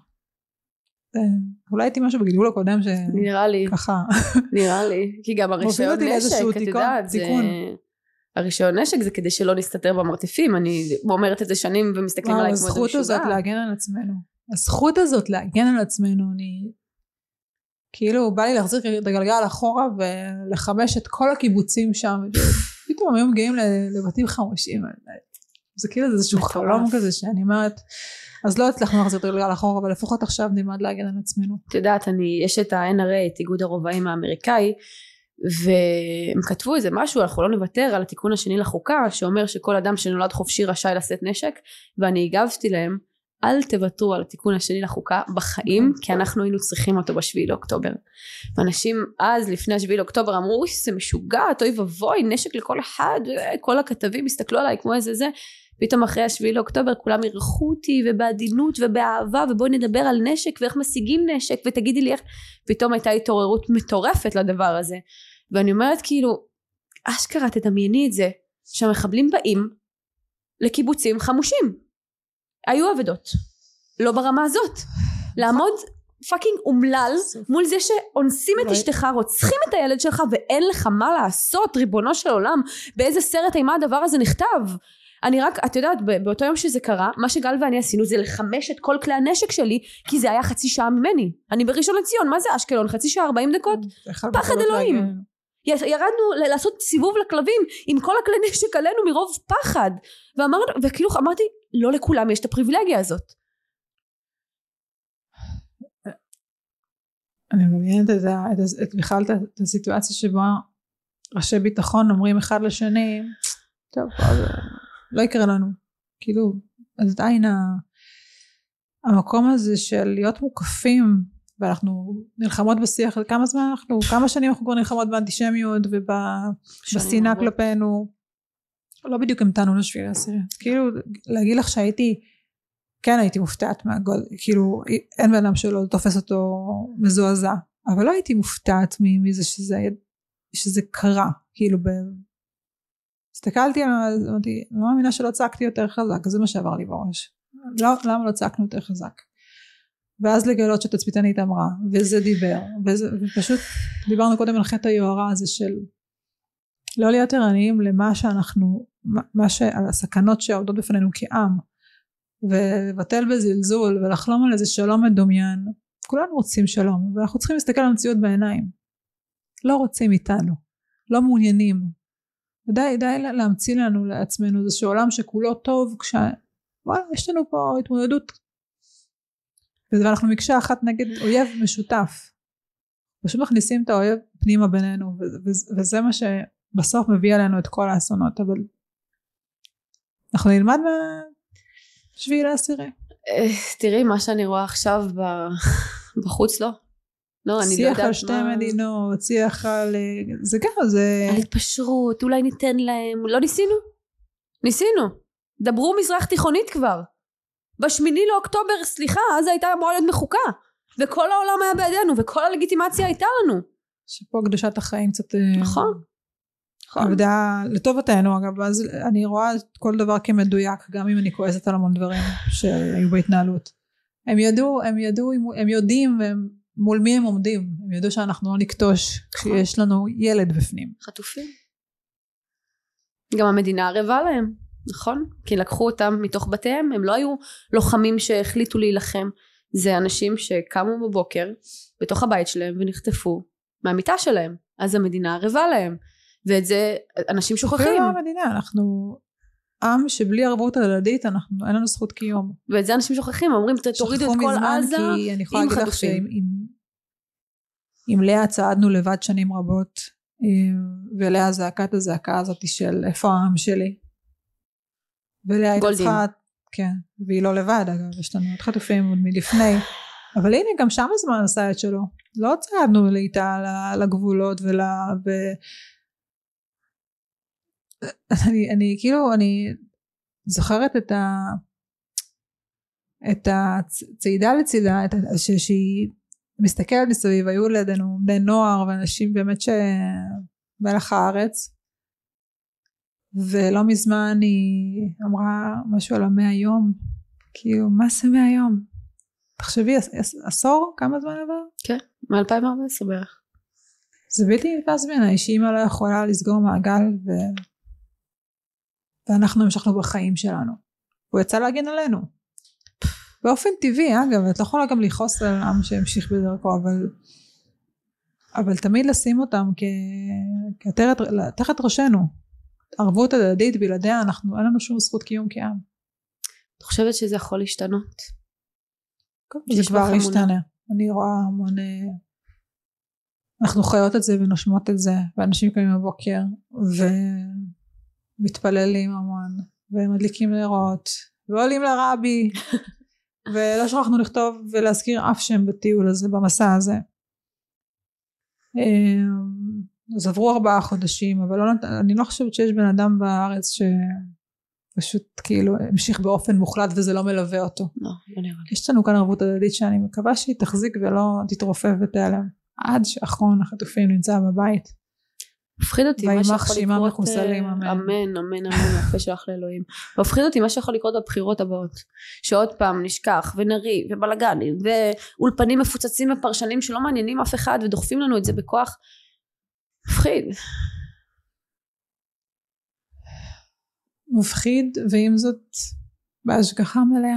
אולי הייתי משהו בגלגול הקודם ש... נראה לי. ככה. נראה לי, כי גם הרישיון נשק, את יודעת, זה... הרישיון נשק זה כדי שלא נסתתר במרתפים, אני אומרת את זה שנים ומסתכלים עליי כמו איזה משוגע. הזכות הזאת להגן על עצמנו, הזכות הזאת להגן על עצמנו, אני... כאילו בא לי להחזיר את הגלגל אחורה ולחמש את כל הקיבוצים שם, פתאום היום מגיעים לבתים חמושים, זה כאילו איזשהו חלום כזה שאני אומרת, אז לא הצלחנו להחזיר את הגלגל אחורה, אבל לפחות עכשיו נלמד להגן על עצמנו. את יודעת, יש את ה-אן אר איי, את איגוד הרובעים האמריקאי, והם כתבו איזה משהו, אנחנו לא נוותר על התיקון השני לחוקה, שאומר שכל אדם שנולד חופשי רשאי לשאת נשק, ואני הגבתי להם, אל תוותרו על התיקון השני לחוקה בחיים, כי אנחנו היינו צריכים אותו בשביעי לאוקטובר. ואנשים אז לפני השביעי לאוקטובר אמרו, זה משוגע, אוי ובוי, נשק לכל אחד, כל הכתבים הסתכלו עליי כמו איזה זה, פתאום אחרי השביעי לאוקטובר כולם ירחו אותי ובעדינות ובאהבה, ובואי נדבר על נשק ואיך משיגים נשק, ותגידי לי איך, פתאום הייתה התעוררות מטורפת לדבר הזה. ואני אומרת כאילו, אשכרה תדמייני את זה, שהמחבלים באים לקיבוצים חמושים. היו עבדות, לא ברמה הזאת, לעמוד פאקינג אומלל מול זה שאונסים את אשתך, רוצחים את הילד שלך ואין לך מה לעשות, ריבונו של עולם, באיזה סרט אימה הדבר הזה נכתב. אני רק, את יודעת, באותו יום שזה קרה, מה שגל ואני עשינו זה לחמש את כל כלי הנשק שלי, כי זה היה חצי שעה ממני, אני בראשון לציון, מה זה אשקלון, חצי שעה ארבעים דקות, פחד אלוהים, ירדנו לעשות סיבוב לכלבים עם כל הכלי נשק עלינו מרוב פחד, ואמרנו, וכאילו אמרתי, לא לכולם יש את הפריבילגיה הזאת. אני מבינת את, את, את בכלל את הסיטואציה שבה ראשי ביטחון אומרים אחד לשני, טוב, לא יקרה לנו, כאילו, אז עדיין המקום הזה של להיות מוקפים, ואנחנו נלחמות בשיח, כמה זמן אנחנו, כמה שנים אנחנו כבר נלחמות באנטישמיות ובשנאה כלפינו, לא בדיוק המתנו לשביעי לעשירי, כאילו להגיד לך שהייתי, כן הייתי מופתעת מהגול, כאילו אין בן אדם שלא תופס אותו מזועזע, אבל לא הייתי מופתעת מזה שזה, שזה קרה, כאילו ב... הסתכלתי, אמרתי, לא מאמינה שלא צעקתי יותר חזק, זה מה שעבר לי בראש, לא, למה לא צעקנו יותר חזק? ואז לגלות שתצפיתנית אמרה, וזה דיבר, וזה, ופשוט דיברנו קודם על חטא היוהרה הזה של לא להיות ערניים למה שאנחנו, מה ש, על הסכנות שעומדות בפנינו כעם, ובטל בזלזול, ולחלום על איזה שלום מדומיין, כולנו רוצים שלום, ואנחנו צריכים להסתכל על המציאות בעיניים, לא רוצים איתנו, לא מעוניינים, ודי די להמציא לנו לעצמנו איזשהו עולם שכולו טוב, כשוואלה, יש לנו פה התמודדות, ואנחנו מקשה אחת נגד אויב משותף, פשוט מכניסים את האויב פנימה בינינו, וזה מה שבסוף מביא עלינו את כל האסונות, אבל אנחנו נלמד מהשביעי לעשירי. תראי מה שאני רואה עכשיו בחוץ, לא? לא, אני לא יודעת שיח על שתי מדינות, שיח על... זה ככה, זה... על התפשרות, אולי ניתן להם, לא ניסינו? ניסינו. דברו מזרח תיכונית כבר. בשמיני לאוקטובר, סליחה, אז הייתה אמורה להיות מחוקה, וכל העולם היה בידינו, וכל הלגיטימציה הייתה לנו. שפה קדושת החיים קצת... נכון. עבדה לטובתנו, אגב, אז אני רואה כל דבר כמדויק, גם אם אני כועסת על המון דברים שהיו בהתנהלות. הם ידעו, הם ידעו, הם יודעים, מול מי הם עומדים. הם ידעו שאנחנו לא נקטוש, כשיש לנו ילד בפנים. חטופים. גם המדינה ערבה להם. נכון? כי לקחו אותם מתוך בתיהם, הם לא היו לוחמים שהחליטו להילחם, זה אנשים שקמו בבוקר בתוך הבית שלהם ונחטפו מהמיטה שלהם, אז המדינה ערבה להם, ואת זה אנשים שוכחים. אפילו המדינה, אנחנו עם שבלי ערבות הדדית, אנחנו, אין לנו זכות קיום. ואת זה אנשים שוכחים, אומרים תורידו את כל עזה כי אני יכולה להגיד לך שאם לאה צעדנו לבד שנים רבות, ולאה זעקת הזעקה הזאת של איפה העם שלי, ולאה הייתה צריכה, כן, והיא לא לבד אגב, יש לנו עוד חטופים עוד מלפני, אבל הנה גם שם הזמן עשה את שלו, לא צעדנו לאיתה לגבולות ול... ו... אני, אני כאילו אני זוכרת את ה את הצעידה לצידה, את ה... ש... שהיא מסתכלת מסביב, היו לידינו בני נוער ואנשים באמת שמלח הארץ, ולא מזמן היא אמרה משהו על המאה יום, כאילו מה זה מאה יום? תחשבי, עשור? כמה זמן עבר? כן, מ-אלפיים וארבע עשרה בערך. זה בלתי נתפס בעיניי, שאמא לא יכולה לסגור מעגל, ו... ואנחנו המשכנו בחיים שלנו. הוא יצא להגן עלינו. באופן טבעי, אגב, את לא יכולה גם לכעוס על עם שהמשיך בדרכו, אבל, אבל תמיד לשים אותם כ... כתחת, תחת ראשנו. ערבות הדדית, בלעדיה, אנחנו, אין לנו שום זכות קיום כעם. את חושבת שזה יכול להשתנות? זה כבר ישתנה. אני רואה המון, אנחנו חיות את זה ונושמות את זה, ואנשים קמים בבוקר, ומתפללים המון, ומדליקים נרות, ועולים לרבי, ולא שכחנו לכתוב ולהזכיר אף שם בטיול הזה, במסע הזה. אז עברו ארבעה חודשים, אבל לא, אני לא חושבת שיש בן אדם בארץ שפשוט כאילו המשיך באופן מוחלט וזה לא מלווה אותו. לא, לא נראה לי. יש לנו כאן ערבות הדדית שאני מקווה שהיא תחזיק ולא תתרופף ותיעלם, עד שאחרון החטופים נמצא בבית. מפחיד אותי מה שיכול לקרות, מחוסלים, אמן. אמן, אמן, אמן, יפה שלך לאלוהים. מפחיד אותי מה שיכול לקרות בבחירות הבאות, שעוד פעם נשכח ונריב ובלגנים ואולפנים מפוצצים ופרשנים שלא מעניינים אף אחד ודוחפים לנו את זה בכוח. מפחיד. מפחיד, ועם זאת בהשגחה מלאה.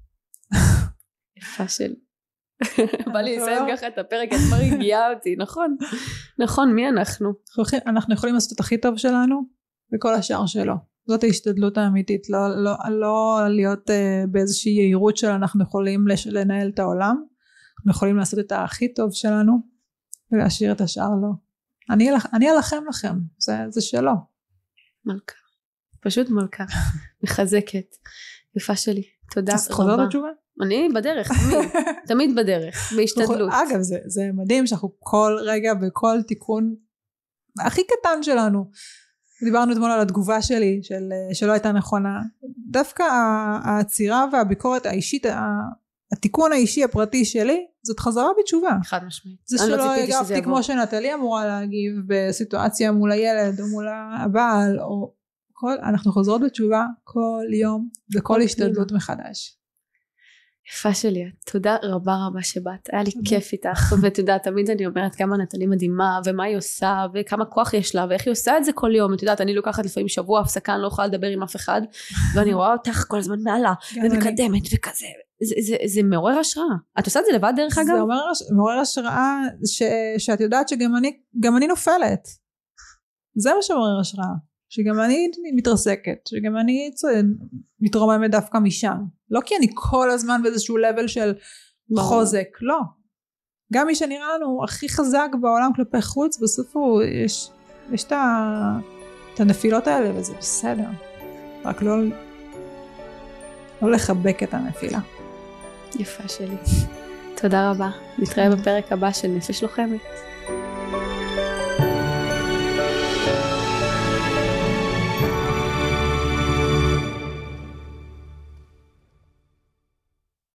יפה שלי. בא לי לסיים ככה את הפרק, את מרגיעה אותי, נכון? נכון, מי אנחנו? אנחנו יכולים לעשות את הכי טוב שלנו וכל השאר שלו. זאת ההשתדלות האמיתית, לא, לא, לא להיות uh, באיזושהי יהירות של אנחנו יכולים לנהל את העולם, אנחנו יכולים לעשות את הכי טוב שלנו ולהשאיר את השאר לו. אני, אני אלחם לכם, זה, זה שלו. מלכה, פשוט מלכה, מחזקת, יפה שלי, תודה רבה. אז חוזר לתשובה? אני בדרך, תמיד, תמיד בדרך, בהשתדלות. אגב, זה, זה מדהים שאנחנו כל רגע בכל תיקון הכי קטן שלנו, דיברנו אתמול על התגובה שלי, של, שלא הייתה נכונה, דווקא העצירה והביקורת האישית, התיקון האישי הפרטי שלי, זאת חזרה בתשובה. חד משמעית. זה שלא הגבתי כמו שנטלי אמורה להגיב בסיטואציה מול הילד או מול הבעל, או כל, אנחנו חוזרות בתשובה כל יום, בכל השתדלות מחדש. יפה שלי, תודה רבה רבה שבאת, היה לי כיף איתך, ואתה יודע, תמיד אני אומרת כמה נטלי מדהימה, ומה היא עושה, וכמה כוח יש לה, ואיך היא עושה את זה כל יום, את יודעת, אני לוקחת לפעמים שבוע הפסקה, אני לא יכולה לדבר עם אף אחד, ואני רואה אותך כל הזמן מעלה, ומקדמת וכזה, זה, זה, זה מעורר השראה. את עושה את זה לבד דרך אגב? זה מעורר השראה, ש, שאת יודעת שגם אני, גם אני נופלת, זה מה שמעורר השראה. שגם אני מתרסקת, שגם אני מתרוממת דווקא משם, לא כי אני כל הזמן באיזשהו לבל של חוזק, לא, גם מי שנראה לנו הכי חזק בעולם כלפי חוץ, בסוף הוא יש, יש את, את הנפילות האלה וזה בסדר, רק לא, לא לחבק את הנפילה. יפה שלי, תודה רבה, נתראה בפרק הבא של נפש לוחמת.